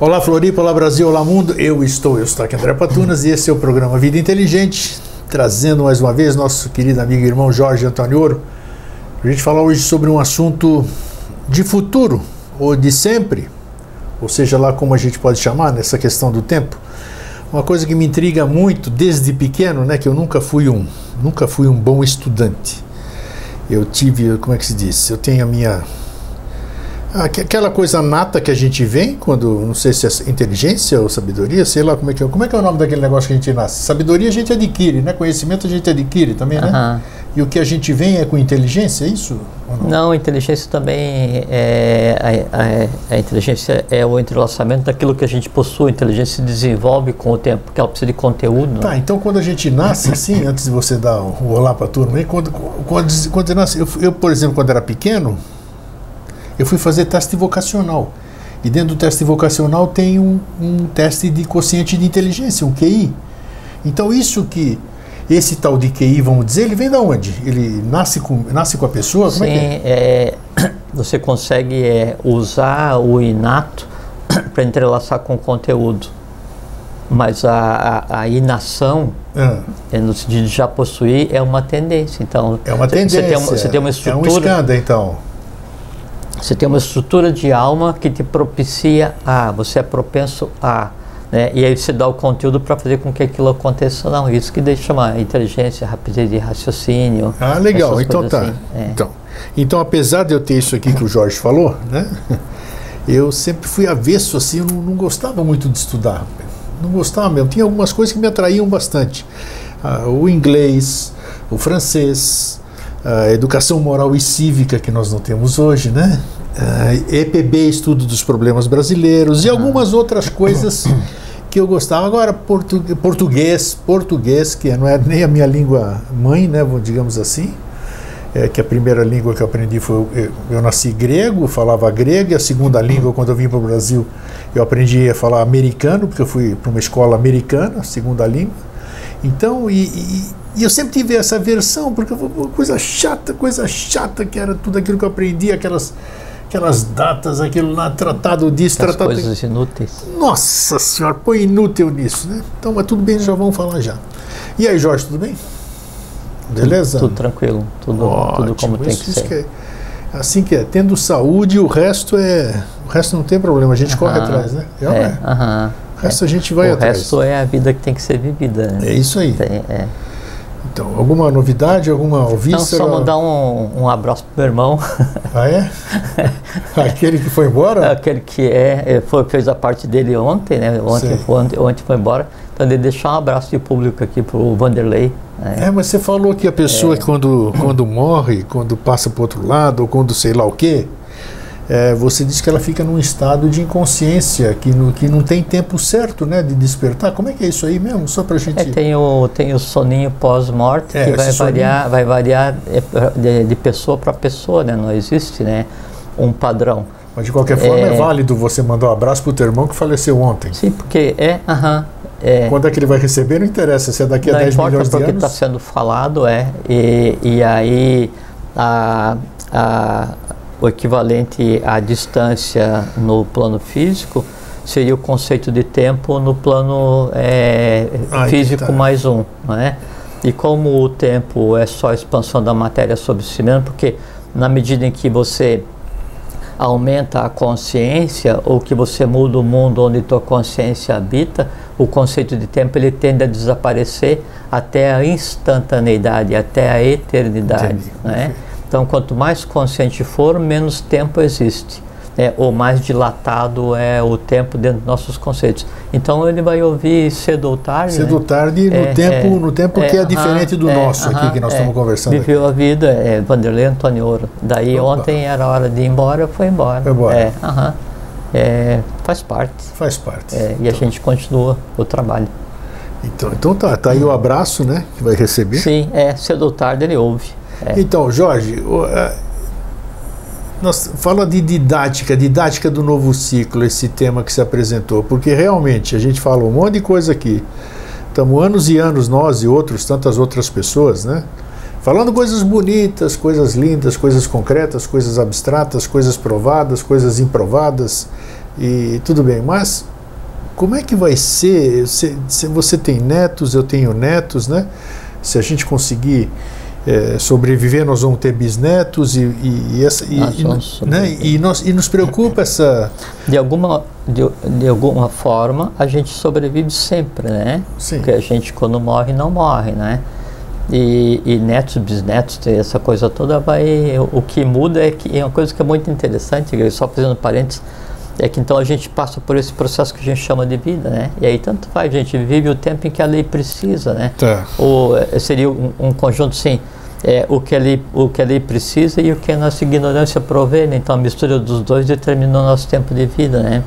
Olá Floripa, olá Brasil, olá mundo, eu estou aqui André Patunas e esse é o programa Vida Inteligente, trazendo mais uma vez nosso querido amigo e irmão Jorge Antonioro, para a gente falar hoje sobre um assunto de futuro, ou de sempre, ou seja lá como a gente pode chamar nessa questão do tempo. Uma coisa que me intriga muito desde pequeno, né, que eu nunca fui um bom estudante. Eu tive, como é que se diz, eu tenho a minha... aquela coisa nata que a gente vem quando, não sei se é inteligência ou sabedoria, sei lá como é que é o nome daquele negócio que a gente nasce. Sabedoria a gente adquire, né? Conhecimento a gente adquire também, né? E o que a gente vem é com inteligência, é isso? Ou não, inteligência também a inteligência é o entrelaçamento daquilo que a gente possui. A inteligência se desenvolve com o tempo, porque ela precisa de conteúdo. Tá, então quando a gente nasce, assim, antes de você dar o olá para a turma, quando você nasce, eu, por exemplo, quando era pequeno, eu fui fazer teste vocacional. E dentro do teste vocacional tem um teste de quociente de inteligência, um QI. Então esse tal de QI, vamos dizer, ele vem da onde? Ele nasce com a pessoa? Como Você consegue usar o inato para entrelaçar com o conteúdo. Mas a inação, no sentido de já possuir, é uma tendência. Então, é uma tendência. Você tem uma estrutura... É um escândalo, então. Você tem uma estrutura de alma que te propicia a, você é propenso a, né? E aí você dá o conteúdo para fazer com que aquilo aconteça. Não, isso que deixa uma inteligência, rapidez de raciocínio. Ah, legal, então tá. Assim. Então, apesar de eu ter isso aqui que o Jorge falou, né? Eu sempre fui avesso, assim, eu não gostava muito de estudar. Não gostava mesmo. Tinha algumas coisas que me atraíam bastante. O inglês, o francês, a educação moral e cívica que nós não temos hoje, né? EPB, estudo dos problemas brasileiros e algumas outras coisas que eu gostava. Agora, português, que não é nem a minha língua mãe, né? Digamos assim, que a primeira língua que eu aprendi foi... Eu nasci grego, falava grego, e a segunda língua, quando eu vim para o Brasil, eu aprendi a falar americano, porque eu fui para uma escola americana, segunda língua. Então, e eu sempre tive essa aversão, porque coisa chata que era tudo aquilo que eu aprendi, aquelas datas, aquilo lá, tratado disso, tratado... coisas inúteis. Nossa senhora, põe inútil nisso, né? Então, mas tudo bem, já vamos falar já. E aí, Jorge, tudo bem? Beleza? Tudo tranquilo, tudo como tem que ser. Assim que é, tendo saúde, o resto não tem problema, a gente corre atrás, né? O resto a gente vai atrás. O resto é a vida que tem que ser vivida. É isso aí. Então, alguma novidade, alguma alvíssera? Não, só mandar um abraço pro meu irmão. Ah, é? Aquele que foi embora? Aquele que fez a parte dele ontem, né? Ontem foi embora. Então, ele deixar um abraço de público aqui pro Vanderlei. Mas você falou que a pessoa quando morre, quando passa para o outro lado, ou quando sei lá o quê, você diz que ela fica num estado de inconsciência, que não tem tempo certo, né, de despertar. Como é que é isso aí mesmo? Só pra gente... Tem o soninho pós-morte, que vai variar de pessoa para pessoa, né? Não existe, né, um padrão. Mas de qualquer forma é válido você mandar um abraço pro teu irmão que faleceu ontem. Sim, porque quando é que ele vai receber, não interessa, se é daqui a 10 milhões de anos. Não importa porque está sendo falado, e aí o equivalente à distância no plano físico seria o conceito de tempo no plano físico mais um, não é? E como o tempo é só a expansão da matéria sobre si mesmo, porque na medida em que você aumenta a consciência ou que você muda o mundo onde tua consciência habita, o conceito de tempo ele tende a desaparecer até a instantaneidade, até a eternidade, né? Então, quanto mais consciente for, menos tempo existe, ou mais dilatado é o tempo dentro dos nossos conceitos. Então, ele vai ouvir cedo ou tarde. Cedo ou tarde, no tempo que é diferente do nosso aqui, que nós estamos conversando. Viveu a vida, Vanderlei Antonioro. Daí, ontem era hora de ir embora, foi embora. Foi embora. Faz parte. Faz parte. E a gente continua o trabalho. Então tá aí o abraço, né, que vai receber. Sim, cedo ou tarde ele ouve. Então, Jorge, fala de didática do novo ciclo, esse tema que se apresentou, porque realmente a gente fala um monte de coisa aqui. Estamos anos e anos, nós e outros, tantas outras pessoas, né? Falando coisas bonitas, coisas lindas, coisas concretas, coisas abstratas, coisas provadas, coisas improvadas, E tudo bem, mas como é que vai ser? Se você tem netos, eu tenho netos, né? Se a gente conseguir sobreviver, nós vamos ter bisnetos e nos preocupa essa... De alguma forma, a gente sobrevive sempre, né? Sim. Porque a gente, quando morre, não morre, né? E netos, bisnetos, essa coisa toda vai... O que muda é uma coisa que é muito interessante, só fazendo parênteses, é que então a gente passa por esse processo que a gente chama de vida, né? E aí tanto faz, a gente vive o tempo em que a lei precisa, né? Tá. Ou seria um conjunto, sim, o que a lei precisa e o que a nossa ignorância provê, né? Então a mistura dos dois determina o nosso tempo de vida, né?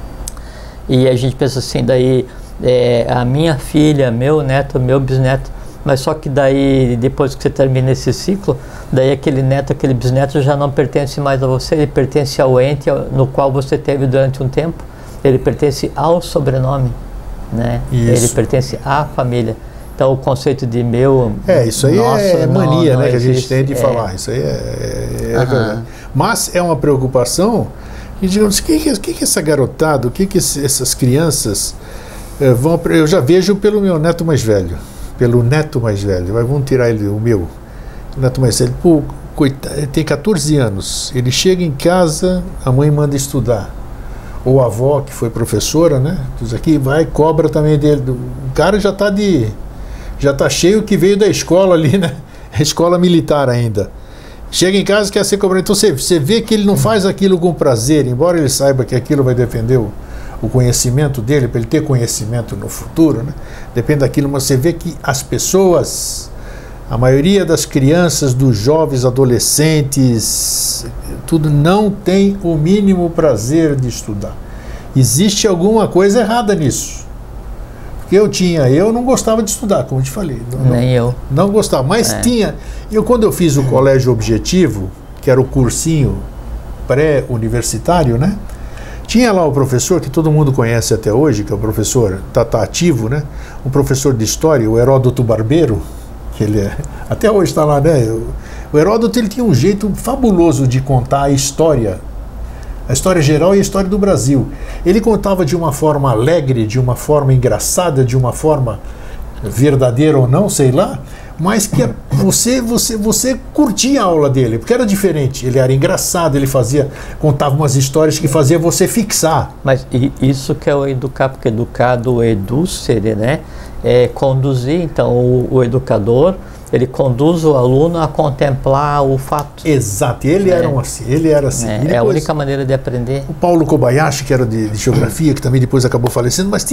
E a gente pensa assim, daí a minha filha, meu neto, meu bisneto, mas só que daí, depois que você termina esse ciclo, daí aquele neto, aquele bisneto já não pertence mais a você, ele pertence ao ente no qual você teve durante um tempo, ele pertence ao sobrenome, né? Isso. Ele pertence à família. Então o conceito de meu... isso aí é mania, né, que a gente tem de falar, isso aí é verdade. Mas é uma preocupação, e digamos, o que essa garotada, o que essas crianças vão... Eu já vejo pelo meu neto mais velho. Pelo neto mais velho, vamos tirar ele, o meu neto mais velho, pô, coitado, ele tem 14 anos, ele chega em casa, a mãe manda estudar, ou a avó, que foi professora, né, diz aqui, vai, cobra também dele, o cara já tá cheio que veio da escola ali, né, escola militar ainda, chega em casa e quer ser cobrado, então você vê que ele não faz aquilo com prazer, embora ele saiba que aquilo vai defender o conhecimento dele, para ele ter conhecimento no futuro, né? Depende daquilo, mas você vê que as pessoas, a maioria das crianças, dos jovens, adolescentes, tudo não tem o mínimo prazer de estudar. Existe alguma coisa errada nisso. Porque eu não gostava de estudar, como eu te falei. Nem eu. Não gostava, mas tinha... Quando eu fiz o colégio objetivo, que era o cursinho pré-universitário, né? Tinha lá o professor que todo mundo conhece até hoje, que é o professor, tá ativo, né? Um professor de história, o Heródoto Barbeiro, que ele até hoje está lá, né? O Heródoto, ele tinha um jeito fabuloso de contar a história geral e a história do Brasil. Ele contava de uma forma alegre, de uma forma engraçada, de uma forma verdadeira ou não, sei lá, mas que você curtia a aula dele, porque era diferente, ele era engraçado, ele contava umas histórias que fazia você fixar. Mas isso que é o educar, porque educar do educere, né? É conduzir, então o educador, ele conduz o aluno a contemplar o fato. Exato, ele era assim. Depois, é a única maneira de aprender. O Paulo Kobayashi, que era de geografia, que também depois acabou falecendo, mas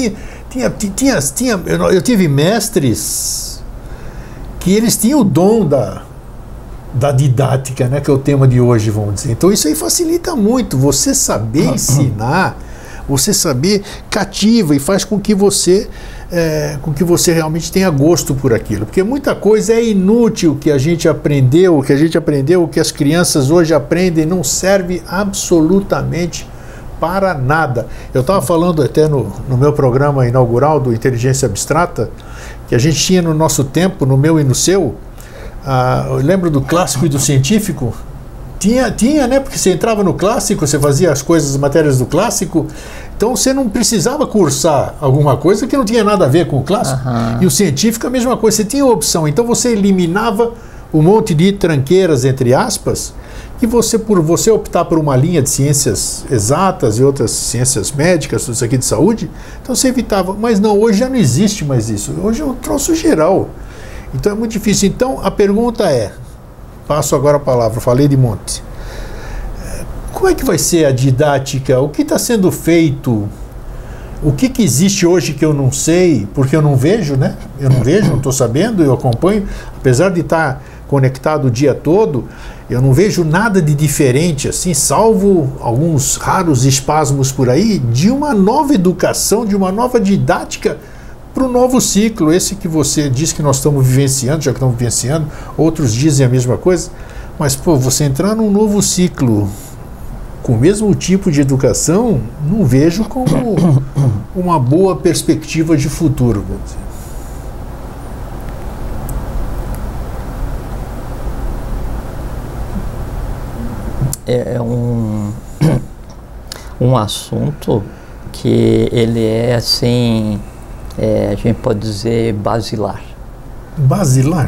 eu tive mestres que eles tinham o dom da didática, né, que é o tema de hoje, vamos dizer. Então isso aí facilita muito, você saber ensinar, você saber cativa e faz com que você realmente tenha gosto por aquilo, porque muita coisa é inútil que a gente aprendeu, o que as crianças hoje aprendem não serve absolutamente para nada. Eu estava falando até no meu programa inaugural do Inteligência Abstrata, que a gente tinha no nosso tempo, no meu e no seu, eu lembro do clássico e do científico, tinha, né, porque você entrava no clássico, você fazia as coisas, as matérias do clássico, então você não precisava cursar alguma coisa que não tinha nada a ver com o clássico, e o científico a mesma coisa, você tinha opção, então você eliminava um monte de tranqueiras, entre aspas, e por você optar por uma linha de ciências exatas e outras ciências médicas, tudo isso aqui de saúde, então você evitava. Mas não, hoje já não existe mais isso. Hoje é um troço geral. Então é muito difícil. Então a pergunta passo agora a palavra, falei de monte. Como é que vai ser a didática? O que está sendo feito? O que existe hoje que eu não sei, porque eu não vejo, né? Eu não vejo, não estou sabendo, eu acompanho. Apesar de estar conectado o dia todo, eu não vejo nada de diferente, assim, salvo alguns raros espasmos por aí, de uma nova educação, de uma nova didática para o novo ciclo, esse que você diz que nós estamos vivenciando, já que estamos vivenciando, outros dizem a mesma coisa, mas, você entrar num novo ciclo com o mesmo tipo de educação, não vejo como uma boa perspectiva de futuro, vamos dizer. um assunto que ele é assim, a gente pode dizer basilar. Basilar?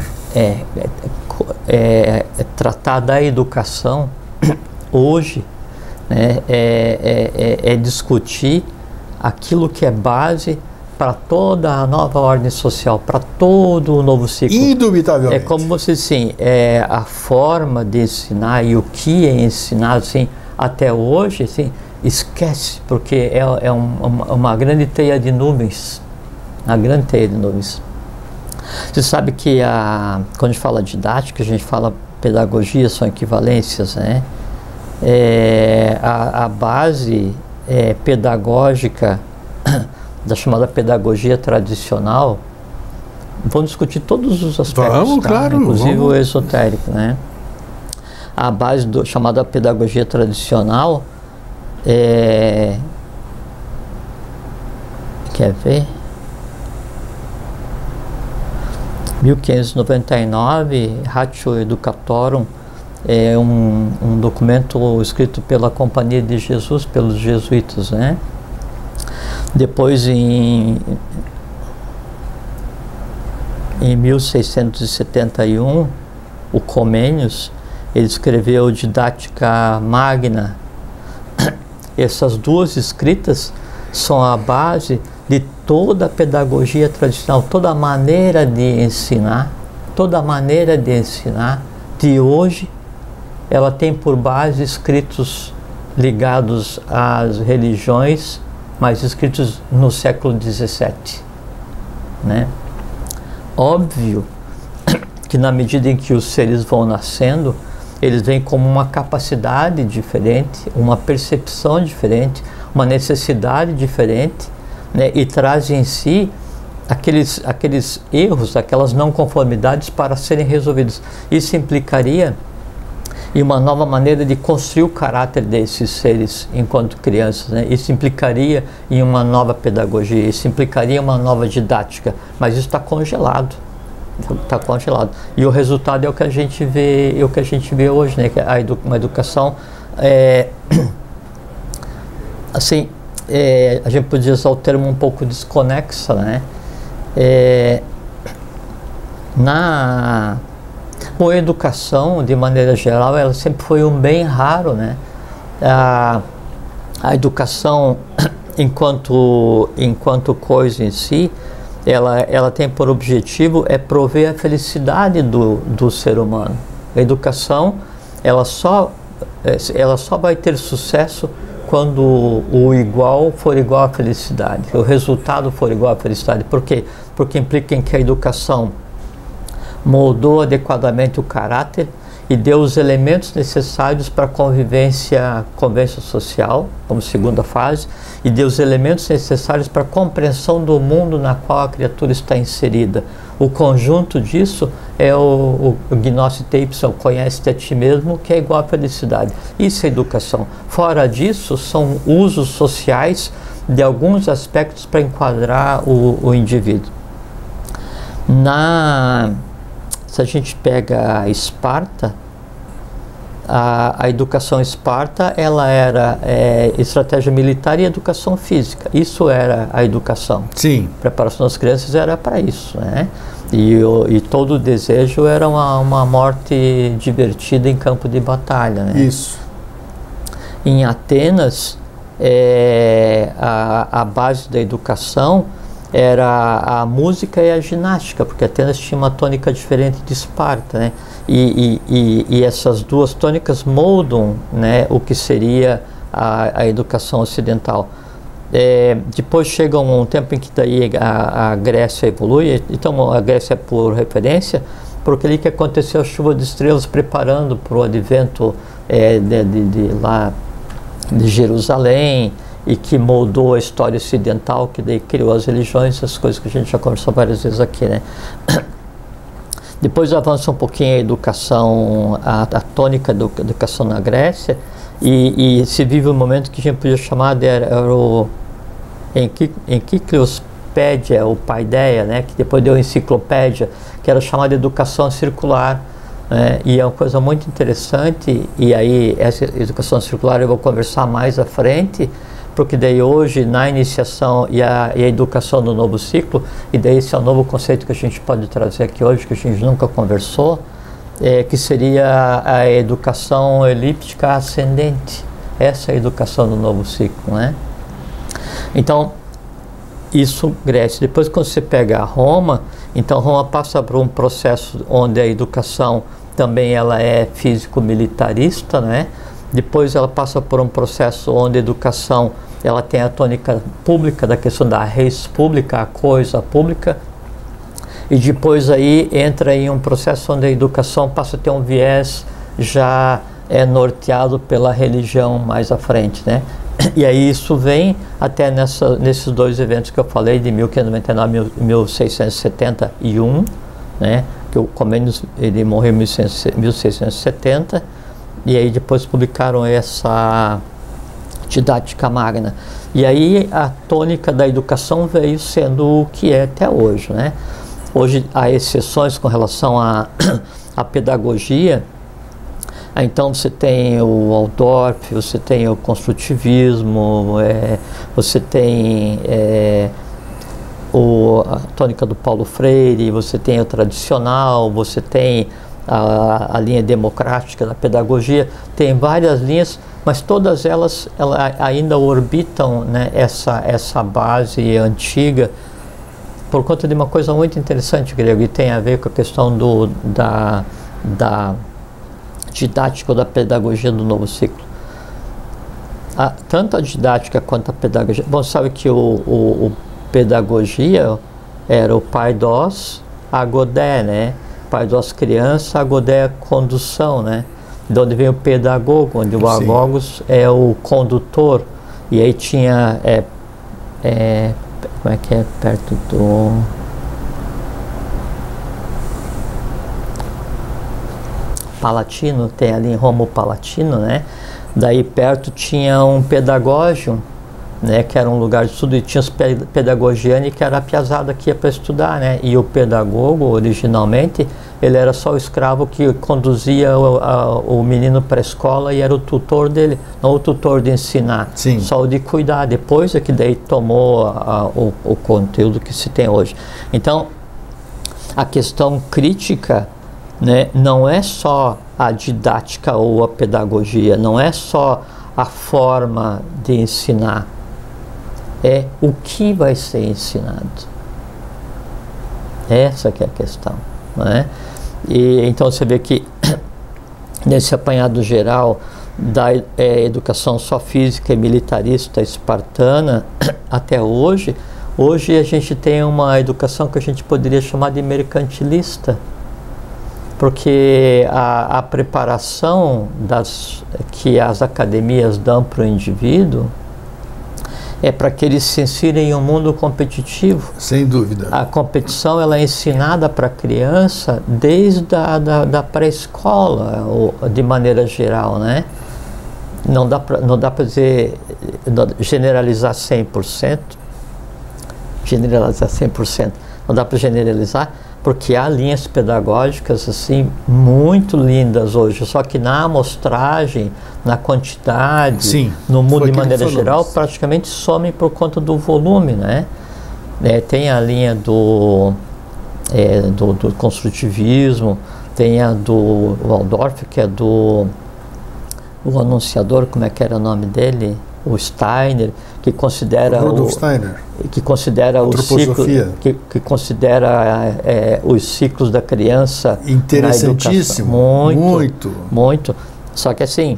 Tratar da educação hoje, né, é discutir aquilo que é base para toda a nova ordem social, para todo o novo ciclo. Indubitavelmente. É como você, sim, a forma de ensinar e o que é ensinado, assim, até hoje, assim, esquece, porque é uma grande teia de nuvens. Uma grande teia de nuvens. Você sabe que quando a gente fala didática, a gente fala pedagogia, são equivalências, né? A base pedagógica da chamada pedagogia tradicional, vamos discutir todos os aspectos, vamos, claro, inclusive vamos. O esotérico, né? A base chamada pedagogia tradicional quer ver? 1599, Ratio Educatorum, é um documento escrito pela Companhia de Jesus, pelos jesuítas, né? Depois, em 1671, o Comênios, ele escreveu Didática Magna. Essas duas escritas são a base de toda a pedagogia tradicional, toda a maneira de ensinar, de hoje, ela tem por base escritos ligados às religiões, mas escritos no século XVII, né? Óbvio que na medida em que os seres vão nascendo, eles vêm como uma capacidade diferente, uma percepção diferente, uma necessidade diferente, né? E trazem em si aqueles erros, aquelas não conformidades para serem resolvidos. Isso implicaria em uma nova maneira de construir o caráter desses seres enquanto crianças, né? Isso implicaria em uma nova pedagogia, isso implicaria em uma nova didática, mas isso está congelado. Está congelado. E o resultado é o que a gente vê, hoje, né? Que uma educação assim, a gente podia usar o termo um pouco desconexa, né? Bom, a educação, de maneira geral, ela sempre foi um bem raro, né? A educação, enquanto coisa em si, ela tem por objetivo prover a felicidade do ser humano. A educação, ela só vai ter sucesso quando o igual for igual à felicidade, o resultado for igual à felicidade. Por quê? Porque implica em que a educação moldou adequadamente o caráter e deu os elementos necessários para a convivência social, como segunda fase, e deu os elementos necessários para a compreensão do mundo na qual a criatura está inserida. O conjunto disso é o Gnostic Ipsum, conhece-te a ti mesmo, que é igual à felicidade. Isso é educação. Fora disso, são usos sociais de alguns aspectos para enquadrar o indivíduo. Se a gente pega a Esparta, a educação Esparta, ela era estratégia militar e educação física. Isso era a educação. Sim. A preparação das crianças era para isso, né? E todo o desejo era uma morte divertida em campo de batalha, né? Isso. Em Atenas, a base da educação era a música e a ginástica, porque Atenas tinha uma tônica diferente de Esparta, né? E essas duas tônicas moldam, né, o que seria a educação ocidental. Depois chega um tempo em que daí a Grécia evolui, então a Grécia é por referência, porque ali que aconteceu a chuva de estrelas preparando para o advento de Jerusalém, e que moldou a história ocidental, que daí criou as religiões, as coisas que a gente já conversou várias vezes aqui, né? Depois avança um pouquinho a educação, a tônica da educação na Grécia, e se vive um momento que a gente podia chamar de o Enciclopédia, o Paideia, né? Que depois deu enciclopédia, que era chamada de educação circular, E é uma coisa muito interessante, e aí essa educação circular eu vou conversar mais à frente, porque daí hoje na iniciação e a educação do novo ciclo, e daí esse é um novo conceito que a gente pode trazer aqui hoje, que a gente nunca conversou, que seria a educação elíptica ascendente. Essa é a educação do novo ciclo, né? Então, isso Grécia. Depois, quando você pega Roma, então Roma passa por um processo onde a educação também ela é físico-militarista, né? Depois ela passa por um processo onde a educação ela tem a tônica pública, da questão da res pública, a coisa pública, e depois aí entra em um processo onde a educação passa a ter um viés já norteado pela religião mais à frente, né? E aí isso vem até nesses dois eventos que eu falei, de 1599 e 1671, né? Que o Comênios, ele morreu em 1670, e aí depois publicaram essa Didática Magna. E aí a tônica da educação veio sendo o que é até hoje, né? Hoje há exceções com relação à pedagogia. Então você tem o Waldorf, você tem o construtivismo, você tem a tônica do Paulo Freire, você tem o tradicional, você tem a linha democrática da pedagogia, tem várias linhas, mas todas elas ainda orbitam, né, essa base antiga, por conta de uma coisa muito interessante, Grego, e tem a ver com a questão da didática ou da pedagogia do novo ciclo. Tanto a didática quanto a pedagogia. Bom, sabe que o pedagogia era o paidos agodé, né? Paidos criança, agodé condução, né? De onde vem o pedagogo, onde o agogos é o condutor. E aí tinha como é que é, perto do Palatino, tem ali em Roma o Palatino, né? Daí perto tinha um pedagógio, né? Que era um lugar de estudo, e tinha os pedagogiani, que era a piazada que ia para estudar, né? E o pedagogo, originalmente, ele era só o escravo que conduzia o menino para a escola e era o tutor dele, não o tutor de ensinar, só o de cuidar. Depois é que daí tomou o conteúdo que se tem hoje. Então, a questão crítica, né, não é só a didática ou a pedagogia, não é só a forma de ensinar, é o que vai ser ensinado. Essa que é a questão, não é? E então você vê que nesse apanhado geral da educação só física e militarista espartana até hoje a gente tem uma educação que a gente poderia chamar de mercantilista, porque a preparação que as academias dão para o indivíduo é para que eles se inserem em um mundo competitivo. Sem dúvida. A competição ela é ensinada para a criança desde da pré-escola, de maneira geral, né? Não dá para dizer, generalizar 100%. Generalizar 100%. Não dá para generalizar, porque há linhas pedagógicas assim muito lindas hoje, só que na amostragem, na quantidade, no mundo de maneira geral, praticamente somem por conta do volume, né? Tem a linha do construtivismo, tem a do Waldorf, que é o anunciador, como é que era o nome dele? O Steiner, que considera Rudolf Steiner, que considera o ciclo, que considera os ciclos da criança. Interessantíssimo. Muito. Só que assim,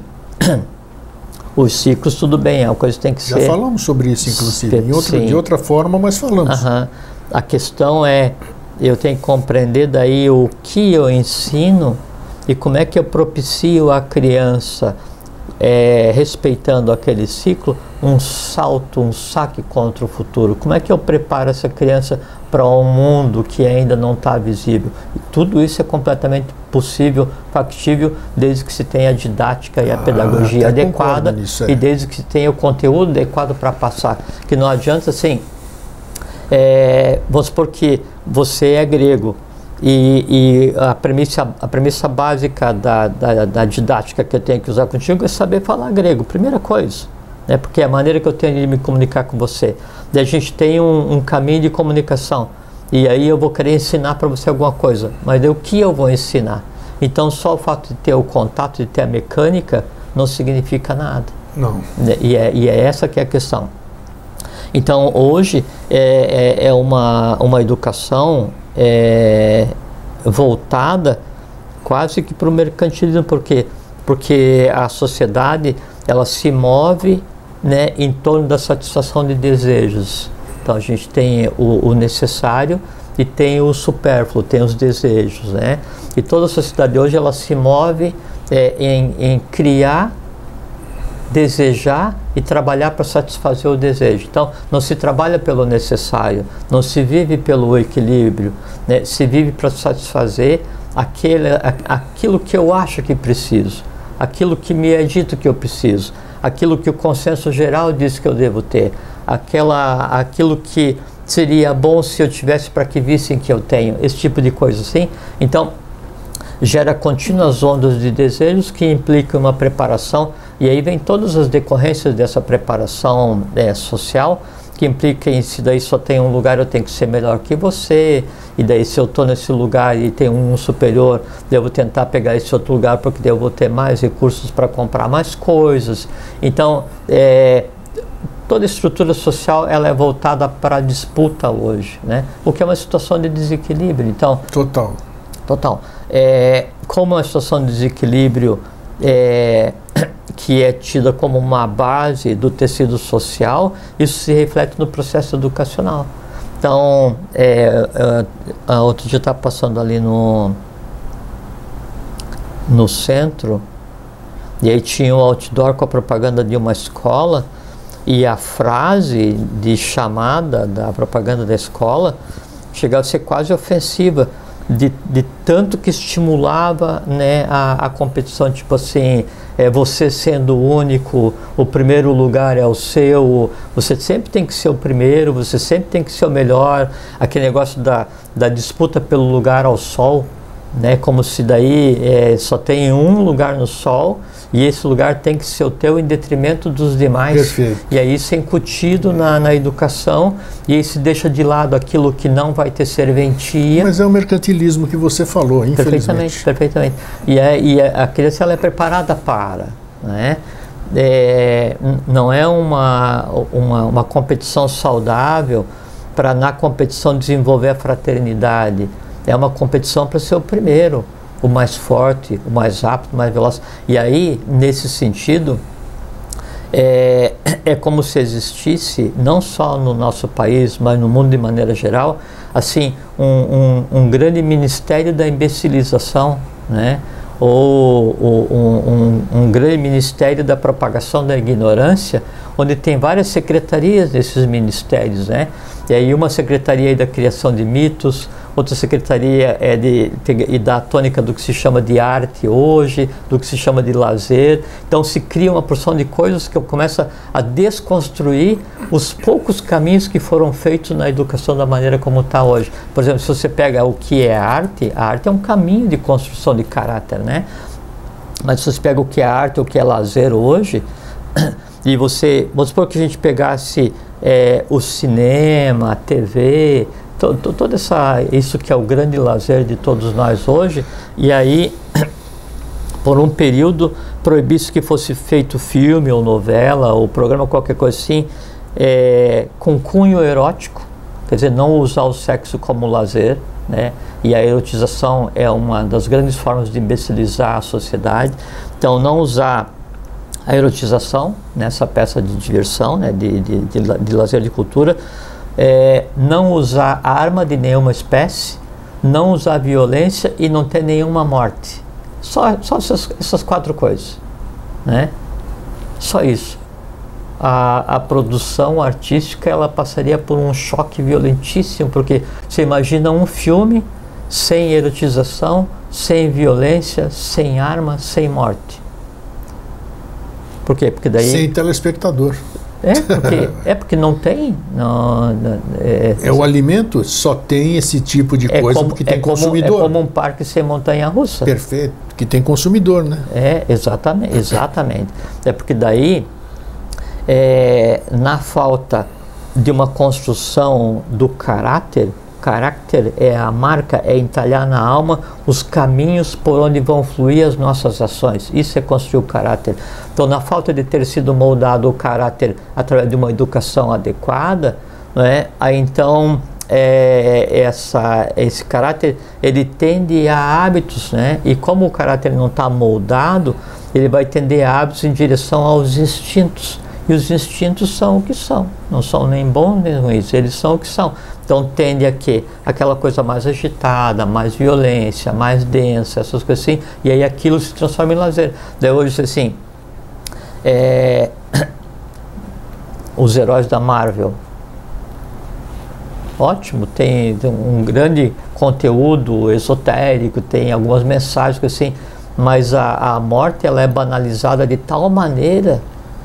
os ciclos tudo bem, é uma coisa que tem que ser. Já falamos sobre isso, inclusive, de outra forma, mas falamos. A questão é, eu tenho que compreender daí o que eu ensino e como é que eu propicio a criança, respeitando aquele ciclo, um saque contra o futuro. Como é que eu preparo essa criança para um mundo que ainda não está visível? E tudo isso é completamente possível, factível, desde que se tenha a didática e a pedagogia adequada, e desde que se tenha o conteúdo adequado para passar. Que não adianta assim, vamos supor que você é grego, E a premissa básica da didática que eu tenho que usar contigo é saber falar grego, primeira coisa, né? Porque é a maneira que eu tenho de me comunicar com você. Daí a gente tem um caminho de comunicação, e aí eu vou querer ensinar para você alguma coisa, mas daí o que eu vou ensinar? Então só o fato de ter o contato, de ter a mecânica, não significa nada. Não. E é essa que é a questão. Então hoje é uma educação voltada quase que para o mercantilismo. Por quê? Porque a sociedade, ela se move, né, em torno da satisfação de desejos. Então a gente tem o necessário e tem o supérfluo, tem os desejos, né? E toda a sociedade hoje, ela se move em criar, desejar e trabalhar para satisfazer o desejo. Então não se trabalha pelo necessário, não se vive pelo equilíbrio, né? Se vive para satisfazer aquilo que eu acho que preciso, aquilo que me é dito que eu preciso, aquilo que o consenso geral diz que eu devo ter, aquilo que seria bom se eu tivesse para que vissem que eu tenho, esse tipo de coisa assim. Então gera contínuas ondas de desejos que implicam uma preparação, e aí vem todas as decorrências dessa preparação social, que implica em se daí só tem um lugar, eu tenho que ser melhor que você, e daí se eu estou nesse lugar e tem um superior, devo tentar pegar esse outro lugar porque daí eu vou ter mais recursos para comprar mais coisas. Então toda a estrutura social, ela é voltada para a disputa hoje, né? O que é uma situação de desequilíbrio. Então, total. Como uma situação de desequilíbrio que é tida como uma base do tecido social, isso se reflete no processo educacional. Então, outro dia eu estava passando ali no centro, e aí tinha um outdoor com a propaganda de uma escola, e a frase de chamada da propaganda da escola chegava a ser quase ofensiva, de tanto que estimulava, né, a competição, tipo assim, você sendo o único, o primeiro lugar é o seu, você sempre tem que ser o primeiro, você sempre tem que ser o melhor, aquele negócio da disputa pelo lugar ao sol, né, como se daí só tem um lugar no sol e esse lugar tem que ser o teu em detrimento dos demais. Perfeito. E aí isso é incutido na educação, e aí se deixa de lado aquilo que não vai ter serventia. Mas é o mercantilismo que você falou, infelizmente. Perfeitamente. E a criança, ela é preparada para, né? Não é uma competição saudável para na competição desenvolver a fraternidade. É uma competição para ser o primeiro, o mais forte, o mais rápido, o mais veloz. E aí, nesse sentido, é como se existisse, não só no nosso país, mas no mundo de maneira geral, assim, um grande ministério da imbecilização, né? Ou um grande ministério da propagação da ignorância, onde tem várias secretarias desses ministérios, né? E aí uma secretaria da criação de mitos, outra secretaria e da tônica do que se chama de arte hoje, do que se chama de lazer. Então se cria uma porção de coisas que começa a desconstruir os poucos caminhos que foram feitos na educação da maneira como está hoje. Por exemplo, se você pega o que é arte, a arte é um caminho de construção de caráter, né? Mas se você pega o que é arte, o que é lazer hoje, e vamos supor que a gente pegasse o cinema, a TV, todo isso que é o grande lazer de todos nós hoje, e aí por um período proibisse que fosse feito filme ou novela ou programa, qualquer coisa assim, com cunho erótico, quer dizer, não usar o sexo como lazer, né? E a erotização é uma das grandes formas de imbecilizar a sociedade. Então não usar a erotização nessa peça de diversão, né, de lazer, de cultura, não usar arma de nenhuma espécie, não usar violência e não ter nenhuma morte. Só essas quatro coisas, né? Só isso. A produção artística, ela passaria por um choque violentíssimo, porque você imagina um filme sem erotização, sem violência, sem arma, sem morte. Por quê? Porque daí... Sem telespectador. Porque não tem. O alimento só tem esse tipo de coisa porque tem consumidor. É como um parque sem montanha-russa. Perfeito, que tem consumidor, né? Exatamente. É porque daí, na falta de uma construção do caráter é a marca, é entalhar na alma os caminhos por onde vão fluir as nossas ações. Isso é construir o caráter. Então, na falta de ter sido moldado o caráter através de uma educação adequada, né, aí então esse caráter ele tende a hábitos, né? E como o caráter não está moldado, ele vai tender a hábitos em direção aos instintos. E os instintos são o que são, não são nem bons nem ruins, eles são o que são. Então tende a quê? Aquela coisa mais agitada, mais violência, mais densa, essas coisas assim, e aí aquilo se transforma em lazer. Daí hoje, assim, os heróis da Marvel, ótimo, tem um grande conteúdo esotérico, tem algumas mensagens assim, mas a morte ela é banalizada de tal maneira,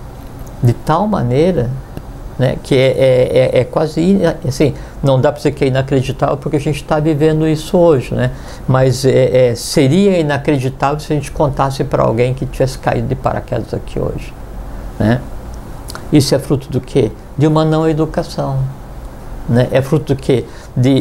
né, que é quase assim, não dá para dizer que é inacreditável porque a gente está vivendo isso hoje, né? Mas seria inacreditável se a gente contasse para alguém que tivesse caído de paraquedas aqui hoje, né? Isso é fruto do quê? De uma não educação, né? É fruto do quê?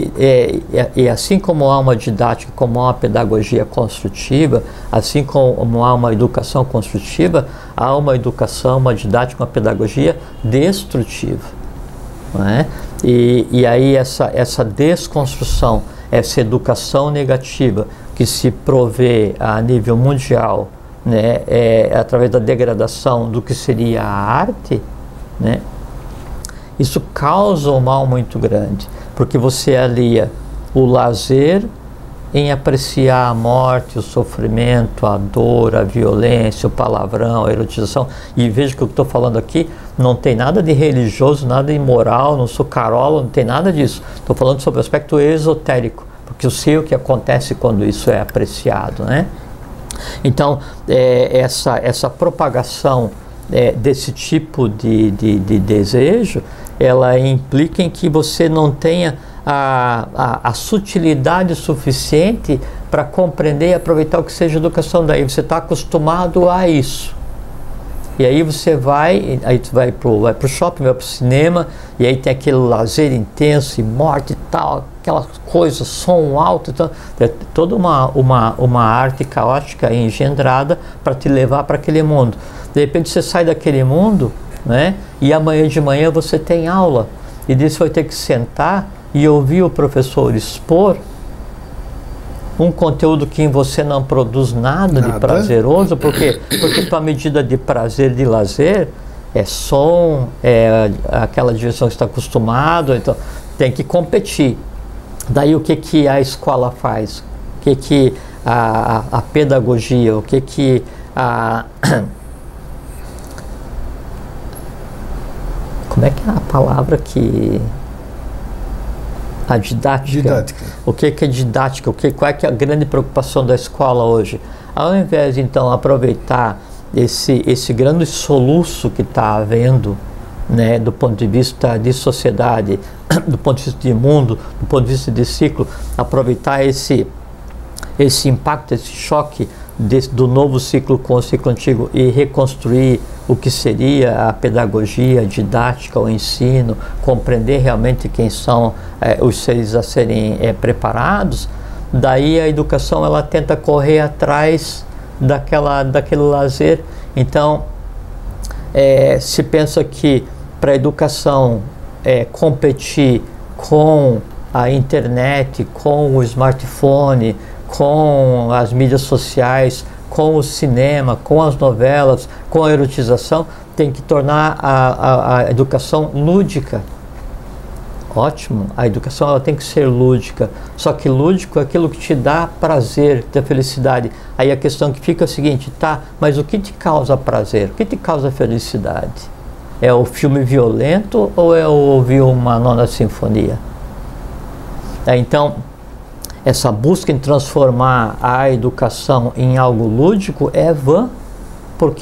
E assim como há uma didática, como há uma pedagogia construtiva, assim como há uma educação construtiva, há uma educação, uma didática, uma pedagogia destrutiva, não é? E aí essa desconstrução, essa educação negativa que se provê a nível mundial, né, através da degradação do que seria a arte, né? Isso causa um mal muito grande, porque você alia o lazer em apreciar a morte, o sofrimento, a dor, a violência, o palavrão, a erotização. E veja que o que eu estou falando aqui não tem nada de religioso, nada de imoral, não sou carola, não tem nada disso. Estou falando sobre o aspecto esotérico, porque eu sei o que acontece quando isso é apreciado, né? Então, essa propagação desse tipo de desejo, ela implica em que você não tenha a sutilidade suficiente para compreender e aproveitar o que seja educação. Daí você está acostumado a isso. E aí você vai pro shopping, vai pro cinema, e aí tem aquele lazer intenso e morte e tal, aquela coisa, som alto, então, é toda uma arte caótica engendrada para te levar para aquele mundo. De repente você sai daquele mundo, né, e amanhã de manhã você tem aula, e daí você vai ter que sentar e ouvir o professor expor um conteúdo que em você não produz nada de prazeroso, porque tua medida de prazer, de lazer, é som, é aquela direção que está acostumado, então tem que competir. Daí o que a escola faz? O que a pedagogia, o que a... Como é que é a palavra que... A didática. O que é didática? Qual é que é a grande preocupação da escola hoje? Ao invés de então aproveitar esse grande soluço que está havendo, né, do ponto de vista de sociedade, do ponto de vista de mundo, do ponto de vista de ciclo, aproveitar esse impacto, esse choque do novo ciclo com o ciclo antigo e reconstruir o que seria a pedagogia, a didática, o ensino, compreender realmente quem são os seres a serem preparados, daí a educação ela tenta correr atrás daquele lazer. Então, se pensa que para a educação competir com a internet, com o smartphone, com as mídias sociais, com o cinema, com as novelas, com a erotização, tem que tornar a educação lúdica. Ótimo, a educação ela tem que ser lúdica, só que lúdico é aquilo que te dá prazer, te dá felicidade. Aí a questão que fica é a seguinte, tá, mas o que te causa prazer? O que te causa felicidade? É o filme violento ou é ouvir uma nona sinfonia? Então, essa busca em transformar a educação em algo lúdico é vã, porque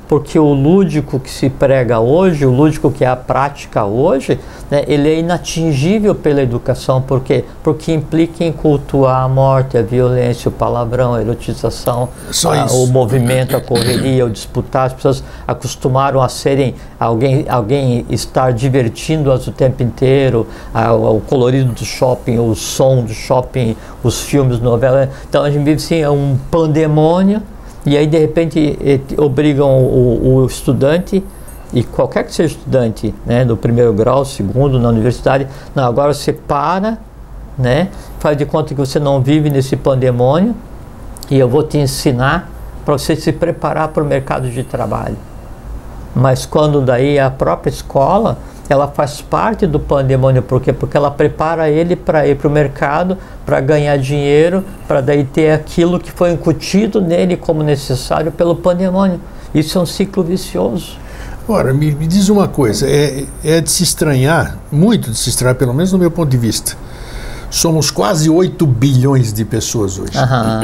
porque o lúdico que se prega hoje, o lúdico que é a prática hoje, né, ele é inatingível pela educação, porque implica em cultuar a morte, a violência, o palavrão, a erotização, o movimento, a correria, o disputar. As pessoas acostumaram a serem alguém estar divertindo-as o tempo inteiro, o colorido do shopping, o som do shopping, os filmes, novelas. Então a gente vive assim, um pandemônio. E aí, de repente, obrigam o estudante, e qualquer que seja estudante, né, do primeiro grau, segundo, na universidade, não, agora você para, né, faz de conta que você não vive nesse pandemônio, e eu vou te ensinar para você se preparar para o mercado de trabalho. Mas quando daí a própria escola, ela faz parte do pandemônio, por quê? Porque ela prepara ele para ir para o mercado, para ganhar dinheiro, para daí ter aquilo que foi incutido nele como necessário pelo pandemônio. Isso é um ciclo vicioso. Ora, me diz uma coisa, é de se estranhar, muito de se estranhar, pelo menos no meu ponto de vista. Somos quase 8 bilhões de pessoas hoje.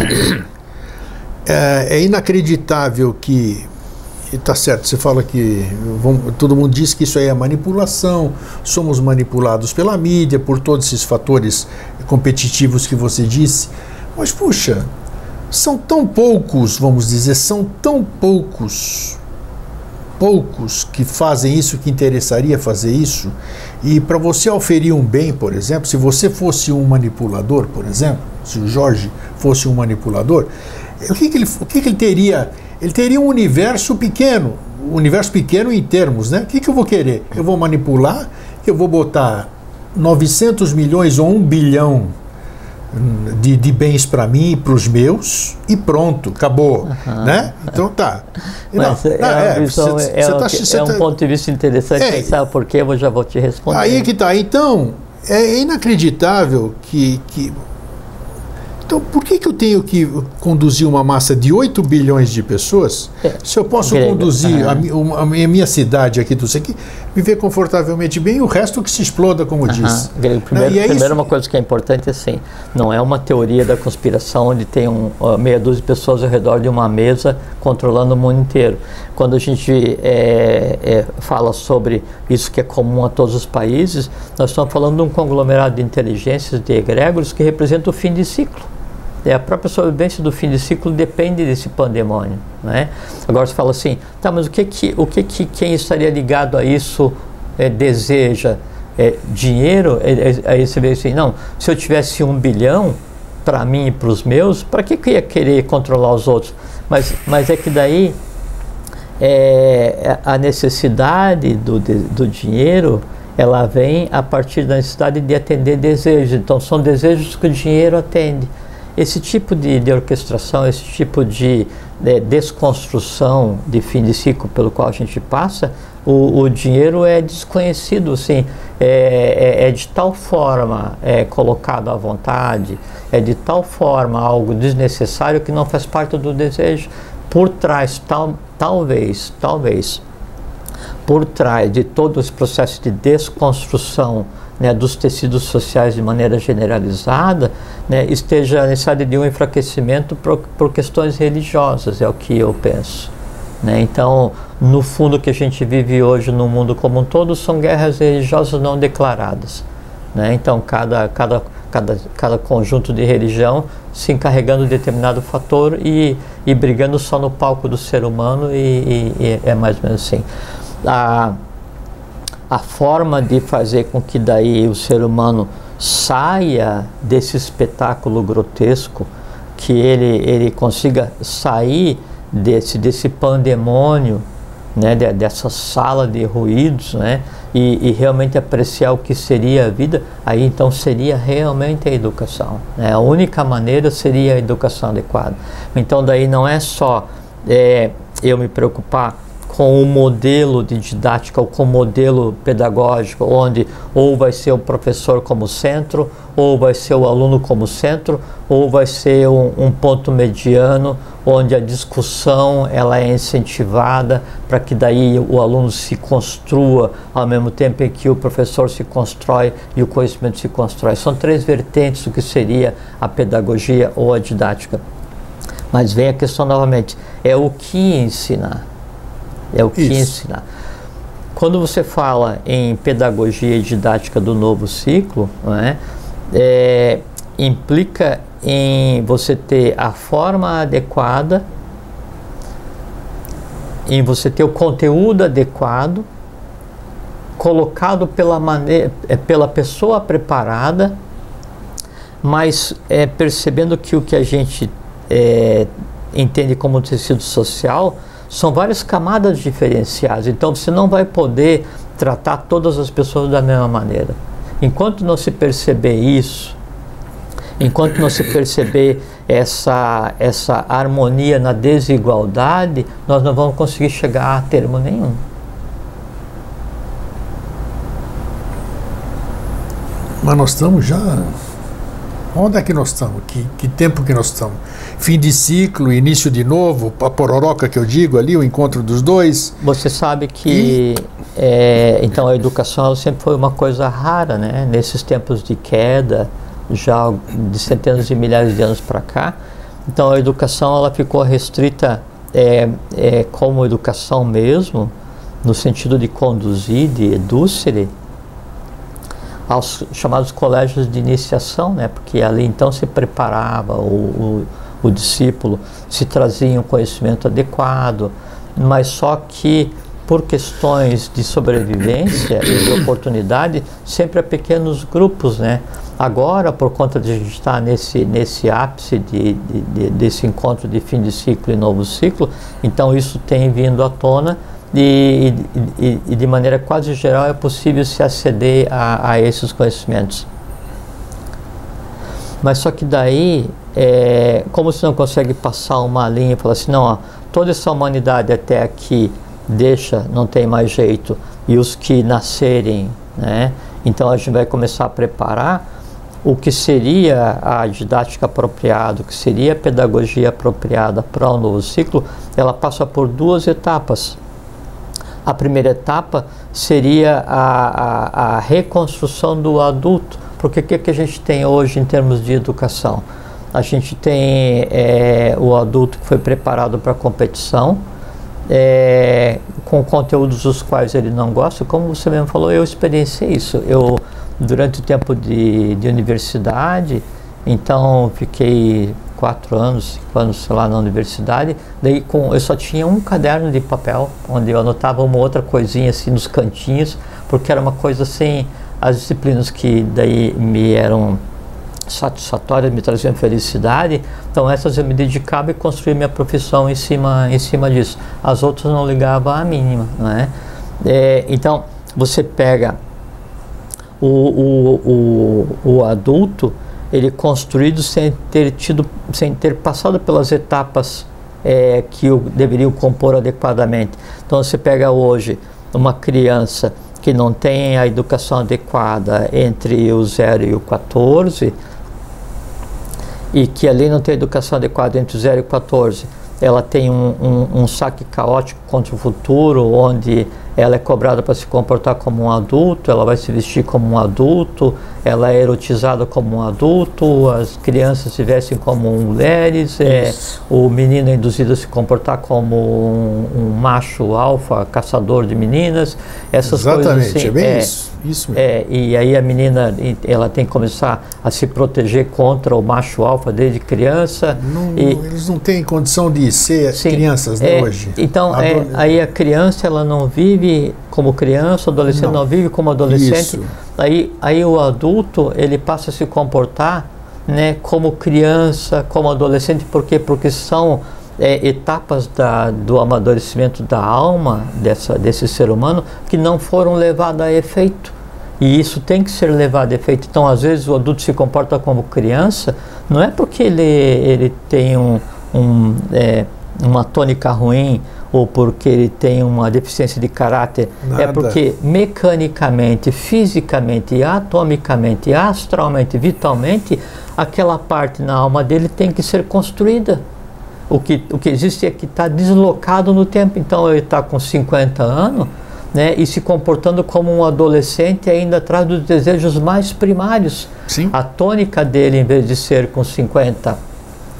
É inacreditável que... Está certo, você fala que todo mundo diz que isso aí é manipulação, somos manipulados pela mídia, por todos esses fatores competitivos que você disse, mas puxa, são tão poucos, vamos dizer, são tão poucos que fazem isso, que interessaria fazer isso, e para você oferir um bem, por exemplo, se você fosse um manipulador, por exemplo, se o Jorge fosse um manipulador, o que ele teria? Ele teria um universo pequeno em termos, né? O que eu vou querer? Eu vou manipular, eu vou botar 900 milhões ou 1 bilhão de bens para mim e para os meus, e pronto, acabou, né? Então tá. Mas é um ponto de vista interessante, sabe por quê? Eu já vou te responder. Aí é que tá. Então, é inacreditável que... Então, por que eu tenho que conduzir uma massa de 8 bilhões de pessoas, se eu posso conduzir a minha cidade aqui, tudo isso aqui, viver confortavelmente bem, e o resto que se exploda, como disse. Primeiro, uma coisa que é importante, assim, não é uma teoria da conspiração onde tem meia dúzia de pessoas ao redor de uma mesa controlando o mundo inteiro. Quando a gente fala sobre isso que é comum a todos os países, nós estamos falando de um conglomerado de inteligências, de egrégoros, que representa o fim de ciclo. A própria sobrevivência do fim de ciclo depende desse pandemônio, né? Agora você fala assim, tá, mas o que quem estaria ligado a isso deseja? Dinheiro? Aí você vê assim, não, se eu tivesse 1 bilhão para mim e para os meus, para que eu ia querer controlar os outros? Mas é que daí a necessidade do dinheiro, ela vem a partir da necessidade de atender desejos. Então são desejos que o dinheiro atende. Esse tipo de orquestração, esse tipo de desconstrução de fim de ciclo pelo qual a gente passa, o dinheiro é desconhecido, assim, é de tal forma colocado à vontade, é de tal forma algo desnecessário que não faz parte do desejo. Por trás, talvez, por trás de todo esse processo de desconstrução, né, dos tecidos sociais de maneira generalizada, né, esteja a necessidade de um enfraquecimento por questões religiosas, é o que eu penso, né? Então, no fundo, o que a gente vive hoje no mundo como um todo são guerras religiosas não declaradas, né? Então, cada conjunto de religião se encarregando de determinado fator e brigando só no palco do ser humano, e é mais ou menos assim. A forma de fazer com que daí o ser humano saia desse espetáculo grotesco, que ele consiga sair desse pandemônio, né, dessa sala de ruídos, né, e realmente apreciar o que seria a vida, aí então seria realmente a educação, né? A única maneira seria a educação adequada. Então daí não é só eu me preocupar com o modelo de didática ou com o modelo pedagógico, onde ou vai ser o professor como centro, ou vai ser o aluno como centro, ou vai ser um ponto mediano, onde a discussão ela é incentivada para que daí o aluno se construa ao mesmo tempo em que o professor se constrói e o conhecimento se constrói. São 3 vertentes do que seria a pedagogia ou a didática. Mas vem a questão novamente, é o que ensinar. é o que ensinar. Quando você fala em pedagogia e didática do novo ciclo, né, implica em você ter a forma adequada, em você ter o conteúdo adequado, colocado pela pessoa preparada, mas percebendo que o que a gente entende como tecido social são várias camadas diferenciadas. Então você não vai poder tratar todas as pessoas da mesma maneira. Enquanto não se perceber isso, enquanto não se perceber essa harmonia na desigualdade, nós não vamos conseguir chegar a termo nenhum. Mas nós estamos já... Onde é que nós estamos? Que tempo que nós estamos? Fim de ciclo, início de novo, a pororoca que eu digo ali, o encontro dos dois. Você sabe que então a educação ela sempre foi uma coisa rara, né? Nesses tempos de queda, já de centenas de milhares de anos para cá. Então a educação ela ficou restrita como educação mesmo, no sentido de conduzir, de edúcere, aos chamados colégios de iniciação, né? Porque ali então se preparava o discípulo, se trazia um conhecimento adequado, mas só que por questões de sobrevivência e de oportunidade, sempre a pequenos grupos, né? Agora, por conta de a gente estar nesse ápice desse encontro de fim de ciclo e novo ciclo, então isso tem vindo à tona. E de maneira quase geral é possível se aceder a esses conhecimentos. Mas só que daí, como você não consegue passar uma linha e falar assim, não, ó, toda essa humanidade até aqui não tem mais jeito, e os que nascerem, né? Então a gente vai começar a preparar o que seria a didática apropriada, o que seria a pedagogia apropriada para o novo ciclo. Ela passa por duas etapas. A primeira etapa seria a reconstrução do adulto, porque o que a gente tem hoje em termos de educação? A gente tem o adulto que foi preparado para a competição, com conteúdos dos quais ele não gosta. Como você mesmo falou, eu experienciei isso. Eu, durante o tempo de universidade, então fiquei 4 anos, 5 anos, sei lá, na universidade. Daí eu só tinha um caderno de papel, onde eu anotava uma outra coisinha assim nos cantinhos, porque era uma coisa assim, as disciplinas que daí me eram satisfatórias, me traziam felicidade, então essas eu me dedicava e construía minha profissão em cima disso. As outras não ligava a mínima, né? Então você pega o adulto, ele construído sem ter passado pelas etapas que deveriam compor adequadamente. Então você pega hoje uma criança que não tem a educação adequada entre o 0 e o 14, e que ali não tem a educação adequada entre o 0 e o 14, ela tem um saque caótico contra o futuro, onde ela é cobrada para se comportar como um adulto, ela vai se vestir como um adulto, ela é erotizada como um adulto, as crianças se vestem como mulheres, o menino é induzido a se comportar como um macho alfa, caçador de meninas, essas coisas assim. Exatamente, é bem isso mesmo. E aí a menina, ela tem que começar a se proteger contra o macho alfa desde criança. Eles não têm condição de ser crianças, né, hoje. Então, aí a criança, ela não vive como criança, o adolescente não vive como adolescente. Aí o adulto, ele passa a se comportar, né, como criança, como adolescente. Por quê? Porque são etapas do amadurecimento da alma desse ser humano que não foram levadas a efeito. E isso tem que ser levado a efeito. Então, às vezes, o adulto se comporta como criança, não é porque ele tem uma tônica ruim, ou porque ele tem uma deficiência de caráter. Nada. É porque mecanicamente, fisicamente, atomicamente, astralmente, vitalmente, aquela parte na alma dele tem que ser construída. O que existe é que está deslocado no tempo. Então ele está com 50 anos, né, e se comportando como um adolescente ainda atrás dos desejos mais primários. Sim. A tônica dele, em vez de ser com 50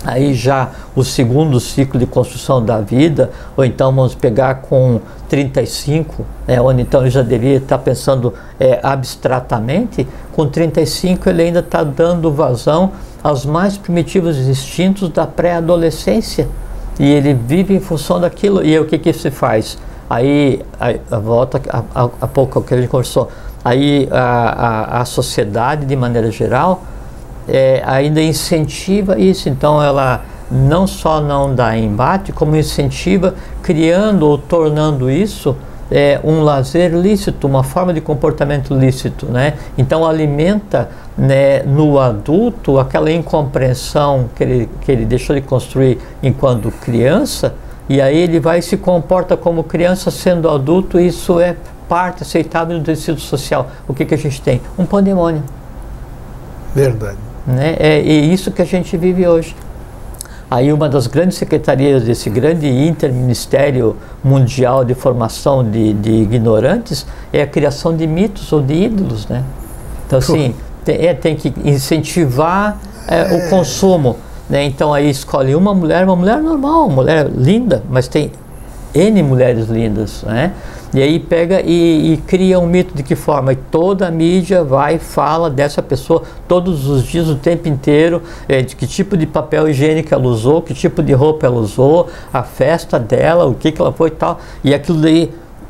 Aí já o segundo ciclo de construção da vida, ou então vamos pegar com 35, onde então ele já deveria estar pensando abstratamente, com 35 ele ainda está dando vazão aos mais primitivos instintos da pré-adolescência, e ele vive em função daquilo. E aí o que se faz? Aí volta a pouco ao que a gente conversou, aí a sociedade de maneira geral ainda incentiva isso. Então ela não só não dá embate, como incentiva, criando ou tornando isso um lazer lícito, uma forma de comportamento lícito, né? Então alimenta, né, no adulto aquela incompreensão que ele deixou de construir enquanto criança, e aí ele vai e se comporta como criança sendo adulto. E isso é parte aceitável do tecido social. O que a gente tem? Um pandemônio. Verdade. Né? É isso que a gente vive hoje. Aí uma das grandes secretarias desse grande interministério mundial de formação de ignorantes é a criação de mitos ou de ídolos, né? Então assim, tem que incentivar o consumo, né? Então aí escolhe uma mulher normal, uma mulher linda, mas tem N mulheres lindas, né? E aí pega e cria um mito. De que forma? E toda a mídia vai e fala dessa pessoa todos os dias, o tempo inteiro, de que tipo de papel higiênico ela usou, que tipo de roupa ela usou, a festa dela, o que ela foi e tal. E aquilo daí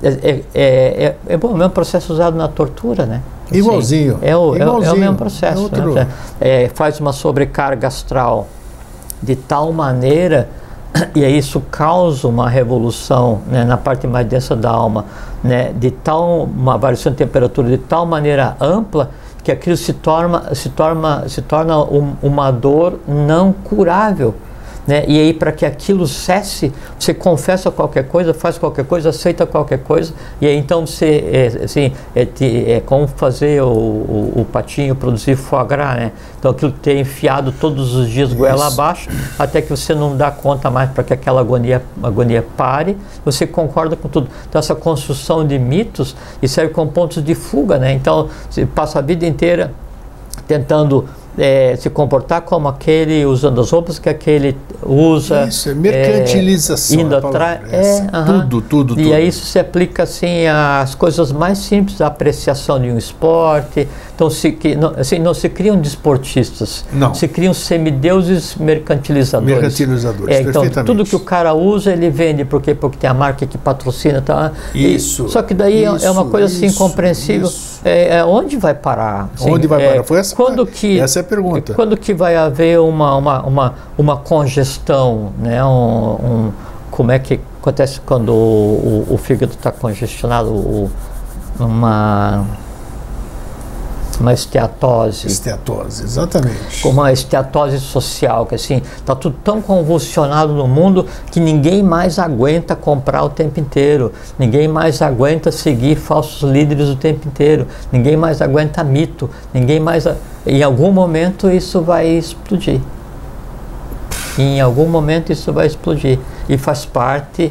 bom, é o mesmo processo usado na tortura, né? Assim, Igualzinho. É o mesmo processo. Né? Faz uma sobrecarga astral de tal maneira, e aí isso causa uma revolução, né, na parte mais densa da alma, né, uma variação de temperatura de tal maneira ampla que aquilo se torna uma dor não curável, né? E aí, para que aquilo cesse, você confessa qualquer coisa, faz qualquer coisa, aceita qualquer coisa, e aí então você é como fazer o patinho produzir foie gras, né? Então aquilo que tem enfiado todos os dias goela abaixo, até que você não dá conta mais para que aquela agonia pare, você concorda com tudo. Então essa construção de mitos, e serve como pontos de fuga, né? Então você passa a vida inteira tentando se comportar como aquele, usando as roupas que aquele usa. Isso, é mercantilização. Indo atrás. Tudo. E aí isso se aplica assim às coisas mais simples, a apreciação de um esporte. Então não se criam desportistas, se criam semideuses mercantilizadores. Então tudo que o cara usa, ele vende, porque tem a marca que patrocina. Tá? Isso. Só que daí é uma coisa assim incompreensível. Onde vai parar? Assim, onde vai parar? Foi essa essa é a pergunta. Quando que vai haver uma congestão, né? Como é que acontece quando o fígado está congestionado? Uma esteatose. Esteatose, exatamente. Uma esteatose social, que assim, está tudo tão convulsionado no mundo que ninguém mais aguenta comprar o tempo inteiro, ninguém mais aguenta seguir falsos líderes o tempo inteiro, ninguém mais aguenta mito, em algum momento isso vai explodir. Em algum momento isso vai explodir. E faz parte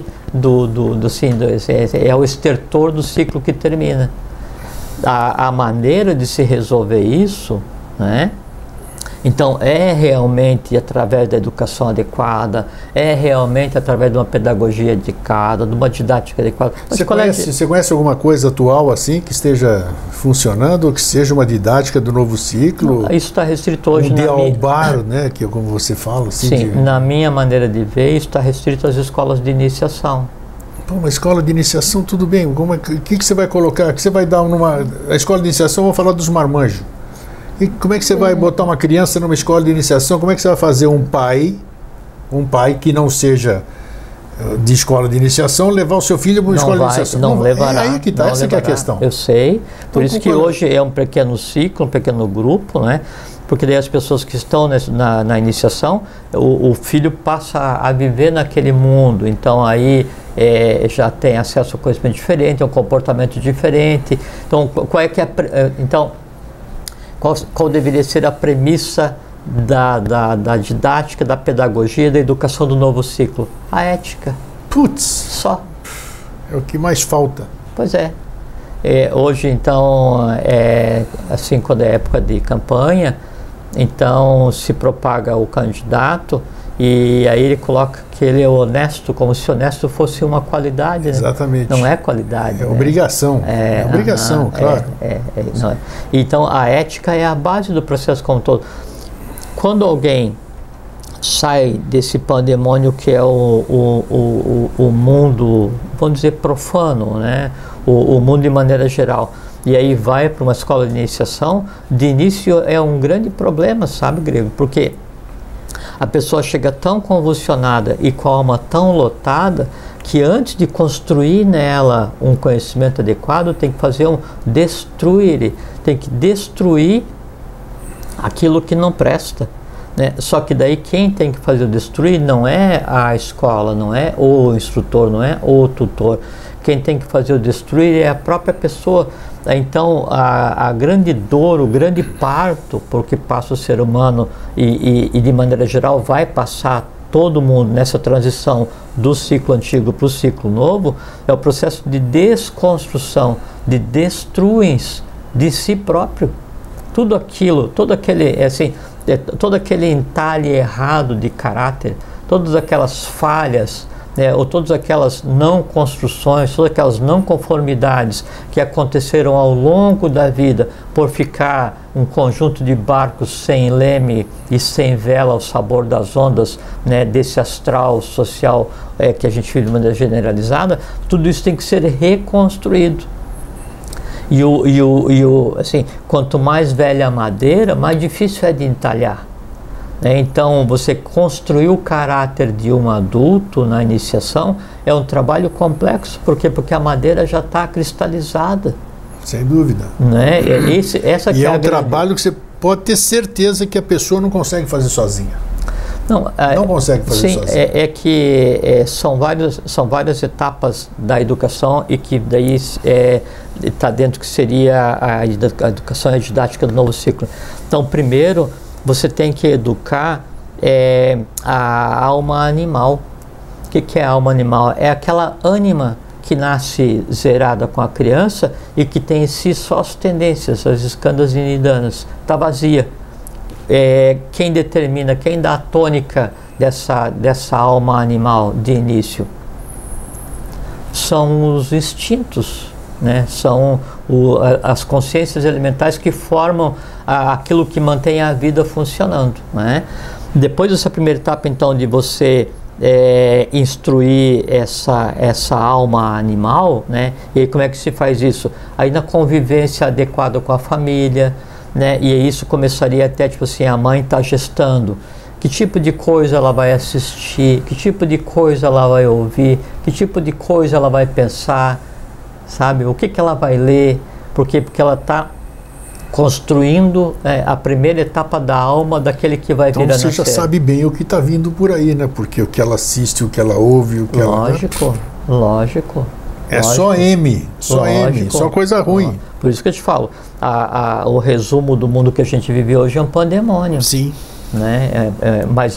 é o estertor do ciclo que termina. A maneira de se resolver isso, né? Então é realmente através da educação adequada, é realmente através de uma pedagogia adequada, de uma didática adequada. Você conhece alguma coisa atual assim que esteja funcionando, ou que seja uma didática do novo ciclo? Isso está restrito hoje né? Que é como você fala. Assim, sim, na minha maneira de ver, isso está restrito às escolas de iniciação. Pô, uma escola de iniciação, tudo bem. O que você vai colocar? O que você vai dar a escola de iniciação? Vou falar dos marmanjos. E como é que você vai botar uma criança numa escola de iniciação? Como é que você vai fazer um pai que não seja de escola de iniciação, levar o seu filho para uma escola de iniciação? Não levará. É aí que está, essa que é a questão. Eu sei. Por isso que hoje é um pequeno ciclo, um pequeno grupo, né? Porque daí as pessoas que estão na iniciação, o filho passa a viver naquele mundo. Então aí já tem acesso a conhecimento diferente, a um comportamento diferente. Então qual deveria ser a premissa da didática, da pedagogia, da educação do novo ciclo? A ética. Putz! Só. É o que mais falta. Pois é. Hoje, então, assim, quando é época de campanha, então se propaga o candidato E aí ele coloca que ele é honesto, como se honesto fosse uma qualidade. Exatamente. Não é qualidade. É obrigação. É obrigação, claro. Não é. Então a ética é a base do processo como um todo. Quando alguém sai desse pandemônio que é o mundo, vamos dizer, profano, né? O mundo de maneira geral, e aí vai para uma escola de iniciação, de início é um grande problema, sabe, Grego? Porque a pessoa chega tão convulsionada e com a alma tão lotada que antes de construir nela um conhecimento adequado, tem que fazer destruir, tem que destruir aquilo que não presta, né? Só que daí quem tem que fazer o destruir não é a escola, não é o instrutor, não é o tutor. Quem tem que fazer o destruir é a própria pessoa. Então a grande dor, o grande parto porque passa o ser humano e de maneira geral vai passar todo mundo nessa transição do ciclo antigo para o ciclo novo, é o processo de desconstrução, de destruins de si próprio. Tudo aquilo, todo aquele entalhe errado de caráter, todas aquelas falhas, ou todas aquelas não construções, todas aquelas não conformidades que aconteceram ao longo da vida por ficar um conjunto de barcos sem leme e sem vela ao sabor das ondas, desse astral social que a gente vive de maneira generalizada, tudo isso tem que ser reconstruído. Assim, quanto mais velha a madeira, mais difícil é de entalhar. Então, você construir o caráter de um adulto na iniciação é um trabalho complexo. Por quê? Porque a madeira já está cristalizada. Sem dúvida. E é um trabalho que você pode ter certeza que a pessoa não consegue fazer sozinha. Não consegue fazer sozinha. São várias etapas da educação e que daí está dentro que seria a educação e a didática do novo ciclo. Então, primeiro, você tem que educar a alma animal. O que é a alma animal? É aquela ânima que nasce zerada com a criança e que tem em si só as tendências, as skandhas e nidanas. Está vazia. Quem determina, quem dá a tônica dessa alma animal de início? São os instintos, são as consciências elementais que formam aquilo que mantém a vida funcionando. Depois dessa primeira etapa, então, de você instruir essa alma animal, e aí como é que se faz isso? Aí na convivência adequada com a família, e isso começaria até, tipo assim, a mãe está gestando. Que tipo de coisa ela vai assistir? Que tipo de coisa ela vai ouvir? Que tipo de coisa ela vai pensar? Sabe? O que ela vai ler? Por quê? Porque ela está construindo a primeira etapa da alma daquele que vai vir a nascer. Então você já sabe bem o que está vindo por aí, Porque o que ela assiste, o que ela ouve, o que Lógico. Só M, só coisa ruim. Por isso que eu te falo, o resumo do mundo que a gente vive hoje é um pandemônio. Sim. Mas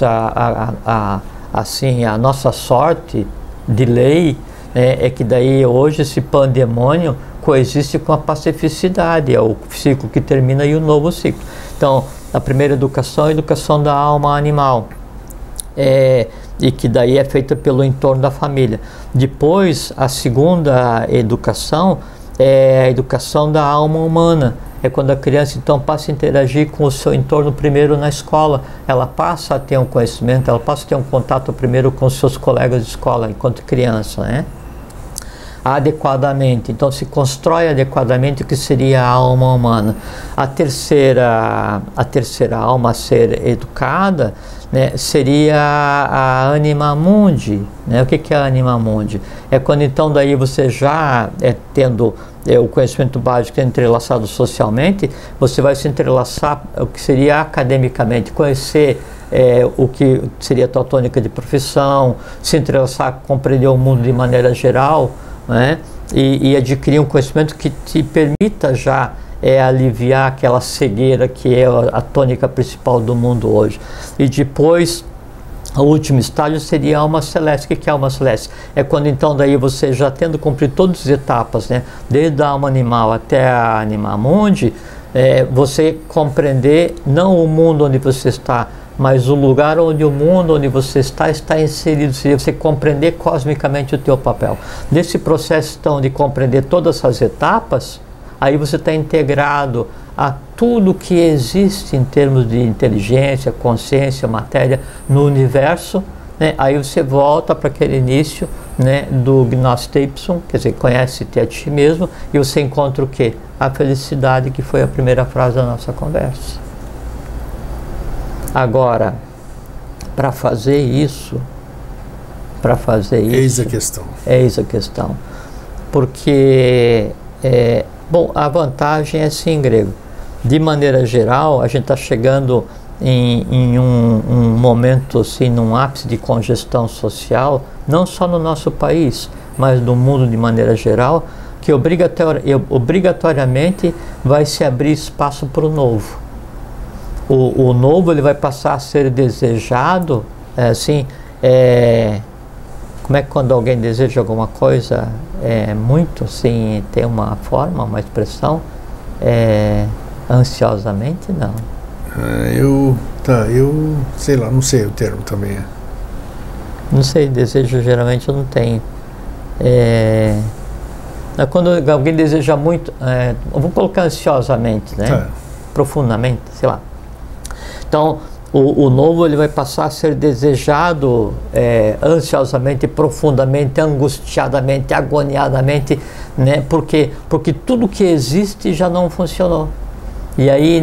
assim, a nossa sorte de lei é que daí hoje esse pandemônio coexiste com a pacificidade, é o ciclo que termina e o novo ciclo. Então, a primeira educação é a educação da alma animal, e que daí é feita pelo entorno da família. Depois, a segunda educação é a educação da alma humana. É quando a criança então passa a interagir com o seu entorno primeiro na escola. Ela passa a ter um conhecimento, ela passa a ter um contato primeiro com os seus colegas de escola enquanto criança, adequadamente. Então se constrói adequadamente o que seria a alma humana. A terceira alma a ser educada, seria a anima mundi. O que é a anima mundi? É quando então daí você já tendo o conhecimento básico entrelaçado socialmente, você vai se entrelaçar o que seria academicamente, conhecer o que seria a tua tônica de profissão, se entrelaçar, compreender o mundo de maneira geral, e adquirir um conhecimento que te permita já aliviar aquela cegueira que é a tônica principal do mundo hoje. E depois, o último estágio seria a alma celeste. O que é a alma celeste? É quando então daí você já tendo cumprido todas as etapas, desde a alma animal até a anima mundi, você compreender não o mundo onde você está mas o lugar onde o mundo, onde você está inserido, seria você compreender cosmicamente o teu papel. Nesse processo, então, de compreender todas essas etapas, aí você está integrado a tudo que existe em termos de inteligência, consciência, matéria no universo, né? Aí você volta para aquele início, né, do Gnosticismo, quer dizer, conhece-te a ti mesmo, e você encontra o quê? A felicidade, que foi a primeira frase da nossa conversa. Agora, para fazer isso, eis a questão. Eis a questão. Porque, bom, a vantagem é assim, grego. De maneira geral, a gente está chegando em um momento, assim, num ápice de congestão social, não só no nosso país, mas no mundo de maneira geral, que obrigatoriamente vai se abrir espaço para o novo. O novo, ele vai passar a ser desejado, como é que quando alguém deseja alguma coisa, muito assim, tem uma forma, uma expressão, ansiosamente, não. Eu sei lá, não sei o termo também. Não sei, desejo geralmente eu não tenho. Quando alguém deseja muito, vamos colocar ansiosamente, né? Profundamente, sei lá. Então, o novo, ele vai passar a ser desejado ansiosamente, profundamente, angustiadamente, agoniadamente, né? Porque tudo que existe já não funcionou. E aí,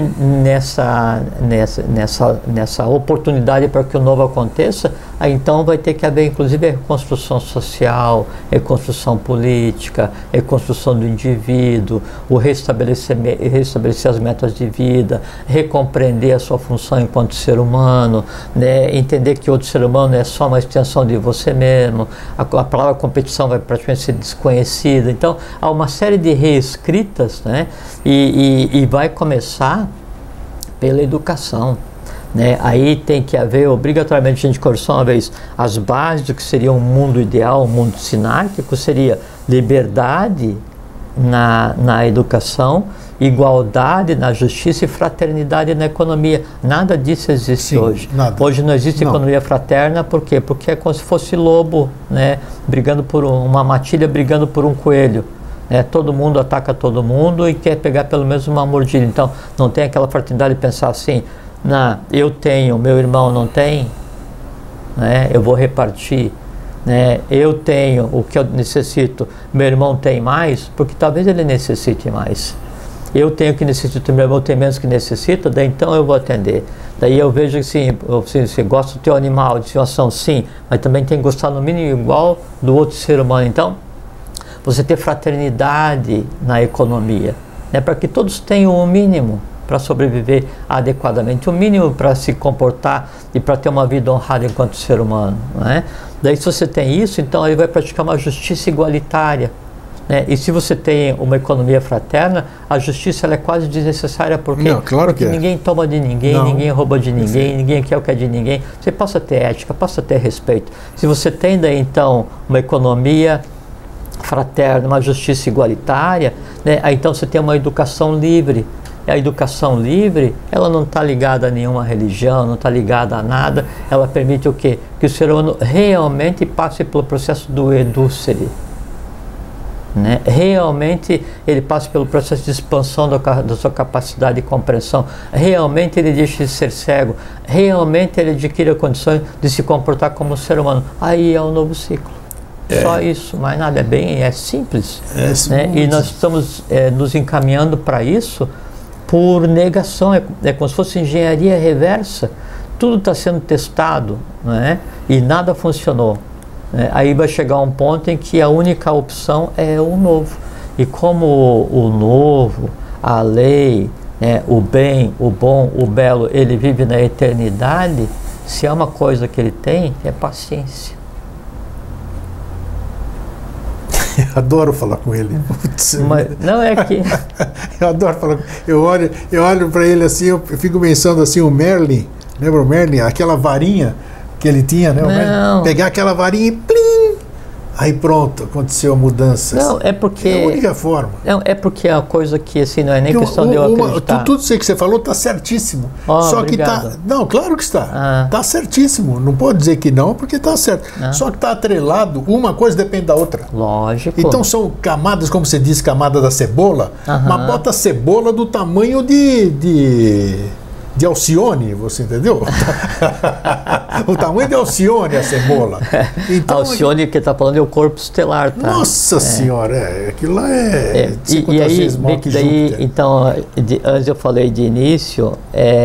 nessa oportunidade para que o novo aconteça, aí então vai ter que haver, inclusive, a reconstrução social, a reconstrução política, a reconstrução do indivíduo, o restabelecer as metas de vida, recompreender a sua função enquanto ser humano, né? Entender que outro ser humano é só uma extensão de você mesmo, a palavra competição vai praticamente ser desconhecida. Então, há uma série de reescritas, né? E vai começar pela educação, né? Aí tem que haver, obrigatoriamente, a gente conversou uma vez, as bases do que seria um mundo ideal, um mundo sinárquico, seria liberdade na educação, igualdade na justiça e fraternidade na economia. Nada disso existe hoje. Nada. Hoje não existe economia fraterna, por quê? Porque é como se fosse lobo, né? Brigando por uma matilha, brigando por um coelho. Todo mundo ataca todo mundo e quer pegar pelo menos uma mordida. Então, não tem aquela fraternidade de pensar assim, eu tenho, meu irmão não tem, né? Eu vou repartir, né? Eu tenho o que eu necessito, meu irmão tem mais, porque talvez ele necessite mais. Eu tenho o que necessito, meu irmão tem menos que necessita, daí então eu vou atender. Daí eu vejo assim, você gosta do teu animal de estimação, sim, mas também tem que gostar no mínimo igual do outro ser humano. Então, você ter fraternidade na economia, né, para que todos tenham o mínimo para sobreviver adequadamente, o mínimo para se comportar e para ter uma vida honrada enquanto ser humano, né? Daí, se você tem isso, então ele vai praticar uma justiça igualitária, né? E se você tem uma economia fraterna, a justiça ela é quase desnecessária, porque, porque ninguém toma de ninguém, ninguém rouba de ninguém, ninguém quer o que é de ninguém. Você passa a ter ética, passa a ter respeito. Se você tem daí então uma economia fraterna, uma justiça igualitária, né? Aí então você tem uma educação livre. E a educação livre, ela não está ligada a nenhuma religião, não está ligada a nada. Ela permite o quê? Que o ser humano realmente passe pelo processo do edúcere, né? Realmente ele passe pelo processo de expansão da sua capacidade de compreensão. Realmente ele deixe de ser cego. Realmente ele adquire condições de se comportar como um ser humano. Aí é um novo ciclo. Só isso, mais nada, é simples, né? E nós estamos nos encaminhando para isso por negação, é como se fosse engenharia reversa. Tudo está sendo testado, né? E nada funcionou, né? Aí vai chegar um ponto em que a única opção é o novo. E como o novo, a lei, né, o bem, o bom, o belo, ele vive na eternidade, se há uma coisa que ele tem, é paciência. Eu adoro falar com ele. Mas não é que... Eu adoro falar com ele. Eu olho para ele assim, eu fico pensando assim, o Merlin, lembra o Merlin? Aquela varinha que ele tinha, né? O Merlin, pegar aquela varinha e plim! Aí pronto, aconteceu a mudança. Não, é porque... É a única forma. Não, é porque é uma coisa que, assim, não é nem questão de eu acreditar. Tudo isso que você falou está certíssimo. Só obrigado. que está... Não, claro que está. Está certíssimo. Não pode dizer que não, porque está certo. Só que está atrelado, uma coisa depende da outra. Lógico. Então são camadas, como você disse, camada da cebola. Mas bota a cebola do tamanho de Alcione, você entendeu? O tamanho de Alcione, a cebola. Então, Alcione, que está falando, é o corpo estelar, tá? Nossa Senhora, aquilo lá é e aí, que daí, então, antes eu falei de início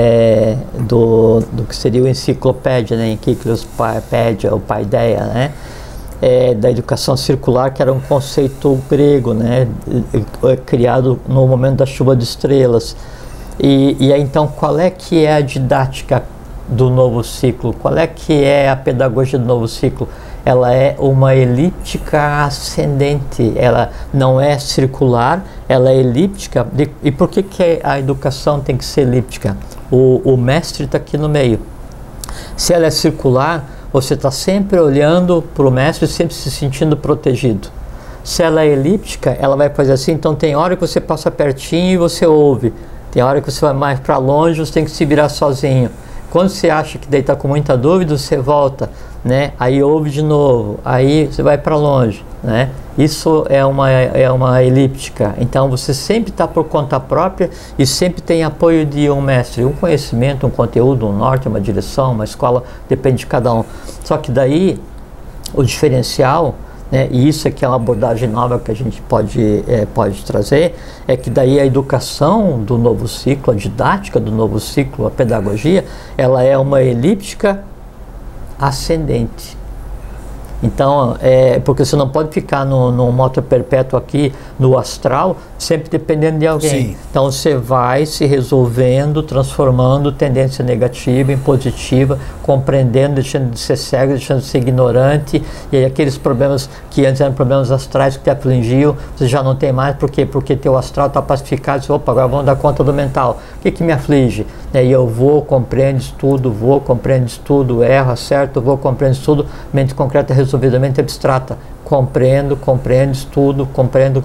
do que seria o enciclopédia, né? Enciclopédia, ou paideia, né? Da educação circular, que era um conceito grego, né? Criado no momento da chuva de estrelas. E aí, então, qual é que é a didática do novo ciclo? Qual é que é a pedagogia do novo ciclo? Ela é uma elíptica ascendente, ela não é circular, ela é elíptica. E por que a educação tem que ser elíptica? O mestre está aqui no meio. Se ela é circular, você está sempre olhando para o mestre, sempre se sentindo protegido. Se ela é elíptica, ela vai fazer assim, então tem hora que você passa pertinho e você ouve. Tem hora que você vai mais para longe, você tem que se virar sozinho. Quando você acha que daí está com muita dúvida, você volta, né? Aí ouve de novo, aí você vai para longe, né? Isso é uma elíptica. Então você sempre está por conta própria e sempre tem apoio de um mestre, um conhecimento, um conteúdo, um norte, uma direção, uma escola, depende de cada um. Só que daí o diferencial, né, e isso aqui é uma abordagem nova que a gente pode trazer, é que daí a educação do novo ciclo, a didática do novo ciclo, a pedagogia, ela é uma elíptica ascendente. Então, porque você não pode ficar no moto perpétuo aqui, no astral, sempre dependendo de alguém. Sim. Então, você vai se resolvendo, transformando tendência negativa em positiva, compreendendo, deixando de ser cego, deixando de ser ignorante, e aí aqueles problemas que antes eram problemas astrais que te afligiam, você já não tem mais. Por quê? Porque teu astral está pacificado, você, opa, agora vamos dar conta do mental. O que me aflige? E aí eu vou, compreendo, estudo, erro, acerto, vou, compreendo, estudo, mente concreta, resolvidamente abstrata. Compreendo, estudo, compreendo,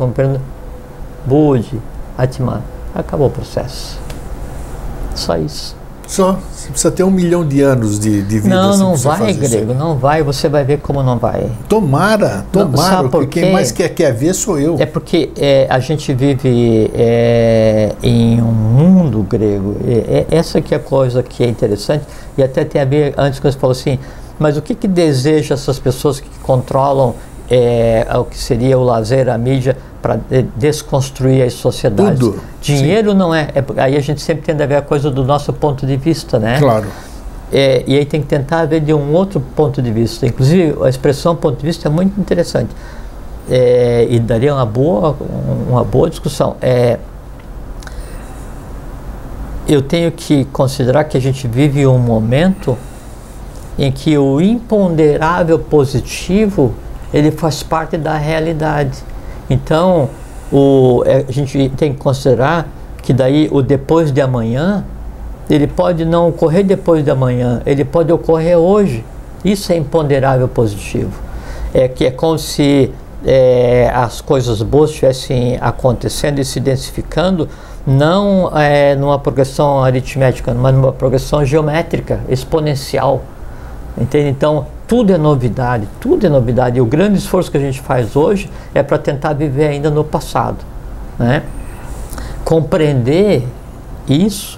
Budi, Atman. Acabou o processo. Só isso. Só? Você precisa ter 1 milhão de anos de vida. Não vai, grego, não vai. Você vai ver como não vai. Tomara, porque quem mais quer ver sou eu. É porque a gente vive em um mundo grego. Essa que é a coisa que é interessante. E até tem a ver, antes que você falou assim, mas o que deseja essas pessoas que controlam o que seria o lazer, a mídia, para desconstruir as sociedades? Tudo. Dinheiro Sim. não aí a gente sempre tende a ver a coisa do nosso ponto de vista, né? Claro. E aí tem que tentar ver de um outro ponto de vista. Inclusive, a expressão ponto de vista é muito interessante. E daria uma boa discussão. Eu tenho que considerar que a gente vive um momento em que o imponderável positivo ele faz parte da realidade. Então, a gente tem que considerar que daí o depois de amanhã, ele pode não ocorrer depois de amanhã, ele pode ocorrer hoje. Isso é imponderável positivo. Que é como se as coisas boas estivessem acontecendo e se densificando, não numa progressão aritmética, mas numa progressão geométrica, exponencial. Entende? Então, tudo é novidade. E o grande esforço que a gente faz hoje é para tentar viver ainda no passado, né? Compreender isso,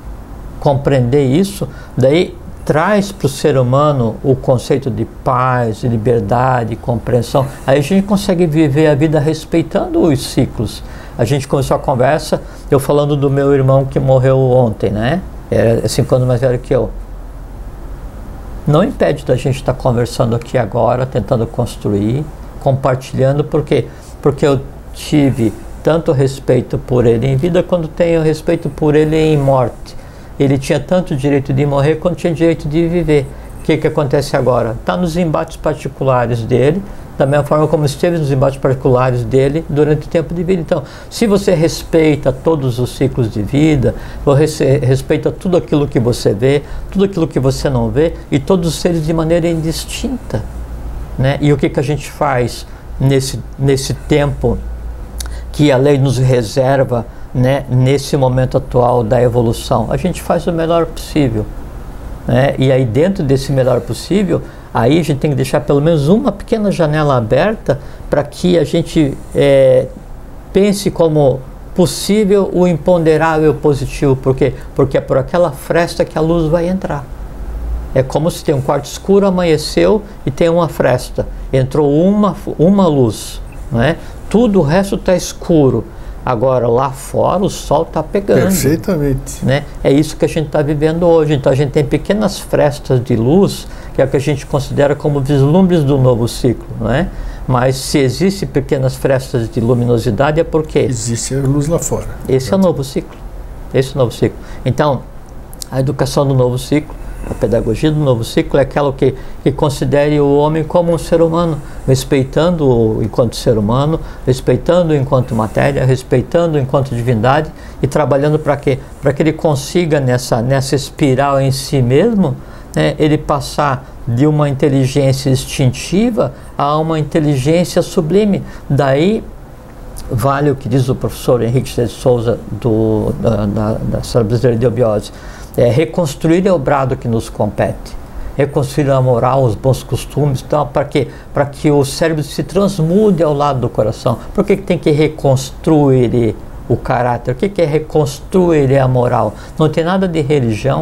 daí traz para o ser humano o conceito de paz, de liberdade, compreensão. Aí a gente consegue viver a vida respeitando os ciclos. A gente começou a conversa, eu falando do meu irmão que morreu ontem, né? Era 5 anos mais velho que eu. Não impede da gente estar conversando aqui agora, tentando construir, compartilhando. Por quê? Porque eu tive tanto respeito por ele em vida quanto tenho respeito por ele em morte. Ele tinha tanto direito de morrer quanto tinha direito de viver. O que acontece agora? Está nos embates particulares dele, da mesma forma como esteve nos embates particulares dele durante o tempo de vida. Então, se você respeita todos os ciclos de vida, você respeita tudo aquilo que você vê, tudo aquilo que você não vê, e todos os seres de maneira indistinta. né? E o que a gente faz nesse tempo que a lei nos reserva, né, nesse momento atual da evolução? A gente faz o melhor possível, né? E aí dentro desse melhor possível, aí a gente tem que deixar pelo menos uma pequena janela aberta para que a gente pense como possível o imponderável positivo. Por quê? Porque é por aquela fresta que a luz vai entrar. É como se tem um quarto escuro, amanheceu e tem uma fresta. Entrou uma luz, né? Tudo o resto está escuro. Agora, lá fora, o sol está pegando. Perfeitamente. Né? É isso que a gente está vivendo hoje. Então, a gente tem pequenas frestas de luz, que é o que a gente considera como vislumbres do novo ciclo. Né? Mas, se existem pequenas frestas de luminosidade, é porque... existe a luz lá fora. Esse é o novo ciclo. Esse é o novo ciclo. Então, a educação do novo ciclo, a pedagogia do novo ciclo é aquela que considere o homem como um ser humano, respeitando-o enquanto ser humano, respeitando-o enquanto matéria, respeitando-o enquanto divindade e trabalhando para quê? Para que ele consiga nessa espiral em si mesmo, né, ele passar de uma inteligência instintiva a uma inteligência sublime. Daí vale o que diz o professor Henrique de Souza da Escola Brasileira de Eubiose. Reconstruir é o brado que nos compete. Reconstruir a moral, os bons costumes, então, para quê? Para que o cérebro se transmude ao lado do coração. Por que tem que reconstruir o caráter? O que é reconstruir a moral? Não tem nada de religião,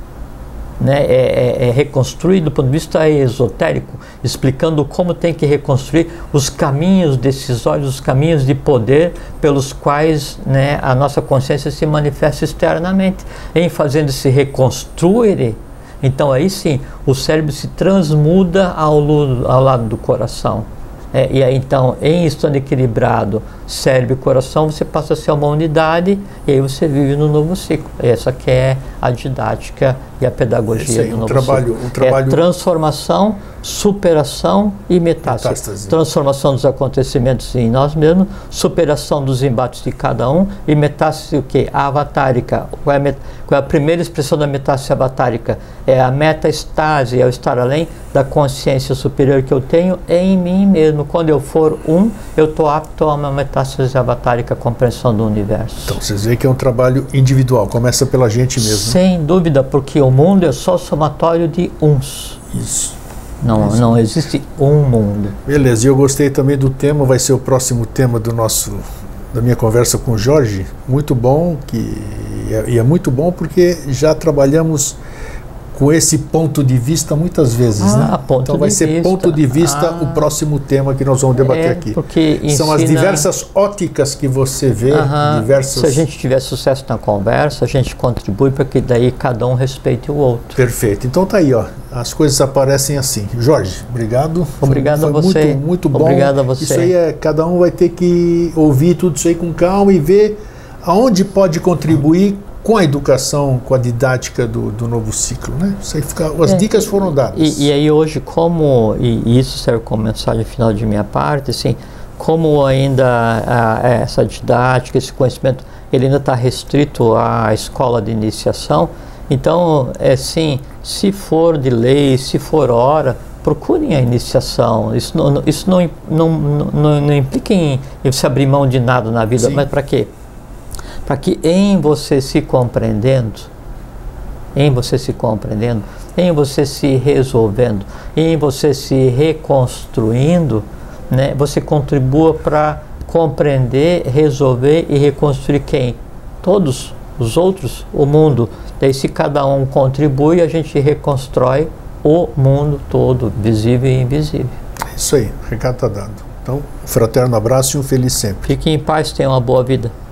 né? É reconstruir do ponto de vista esotérico, explicando como tem que reconstruir os caminhos decisórios, os caminhos de poder pelos quais, né, a nossa consciência se manifesta externamente. Em fazendo se reconstruir, então aí sim o cérebro se transmuda ao lado do coração. E aí então, em estando equilibrado cérebro e coração, você passa a ser uma unidade e aí você vive no novo ciclo. Essa que é a didática e a pedagogia do novo ciclo. É transformação, superação e metástase. Transformação dos acontecimentos em nós mesmos, superação dos embates de cada um e metástase o quê? A avatárica. Qual é a primeira expressão da metástase avatárica? É a metaestase, é o estar além da consciência superior que eu tenho em mim mesmo. Quando eu for eu estou apto a uma metástase avatárica, a compreensão do universo. Então, vocês veem que é um trabalho individual, começa pela gente mesmo. Sem dúvida, porque o mundo é só somatório de uns. Isso. Não existe um mundo. Beleza, e eu gostei também do tema, vai ser o próximo tema da minha conversa com o Jorge. Muito bom, e é muito bom porque já trabalhamos com esse ponto de vista muitas vezes, né? Então vai ser ponto de vista o próximo tema que nós vamos debater aqui. São as diversas óticas que você vê, diversas... Se a gente tiver sucesso na conversa, a gente contribui para que daí cada um respeite o outro. Perfeito. Então tá aí, ó. As coisas aparecem assim. Jorge, obrigado. Obrigado a você. Muito bom. Obrigado a você. Isso aí cada um vai ter que ouvir tudo isso aí com calma e ver aonde pode contribuir com a educação, com a didática do novo ciclo, né? Isso aí as dicas foram dadas. E aí hoje, e isso serve como mensagem final de minha parte, assim, como ainda essa didática, esse conhecimento, ele ainda está restrito à escola de iniciação, então, se for de lei, se for hora, procurem a iniciação. Isso não implica em se abrir mão de nada na vida, mas para quê? Para que em você se compreendendo, em você se resolvendo, em você se reconstruindo, né, você contribua para compreender, resolver e reconstruir quem? Todos os outros, o mundo. Daí se cada um contribui, a gente reconstrói o mundo todo, visível e invisível. Isso aí, o recado está dado. Então, um fraterno abraço e um feliz sempre. Fiquem em paz, tenham uma boa vida.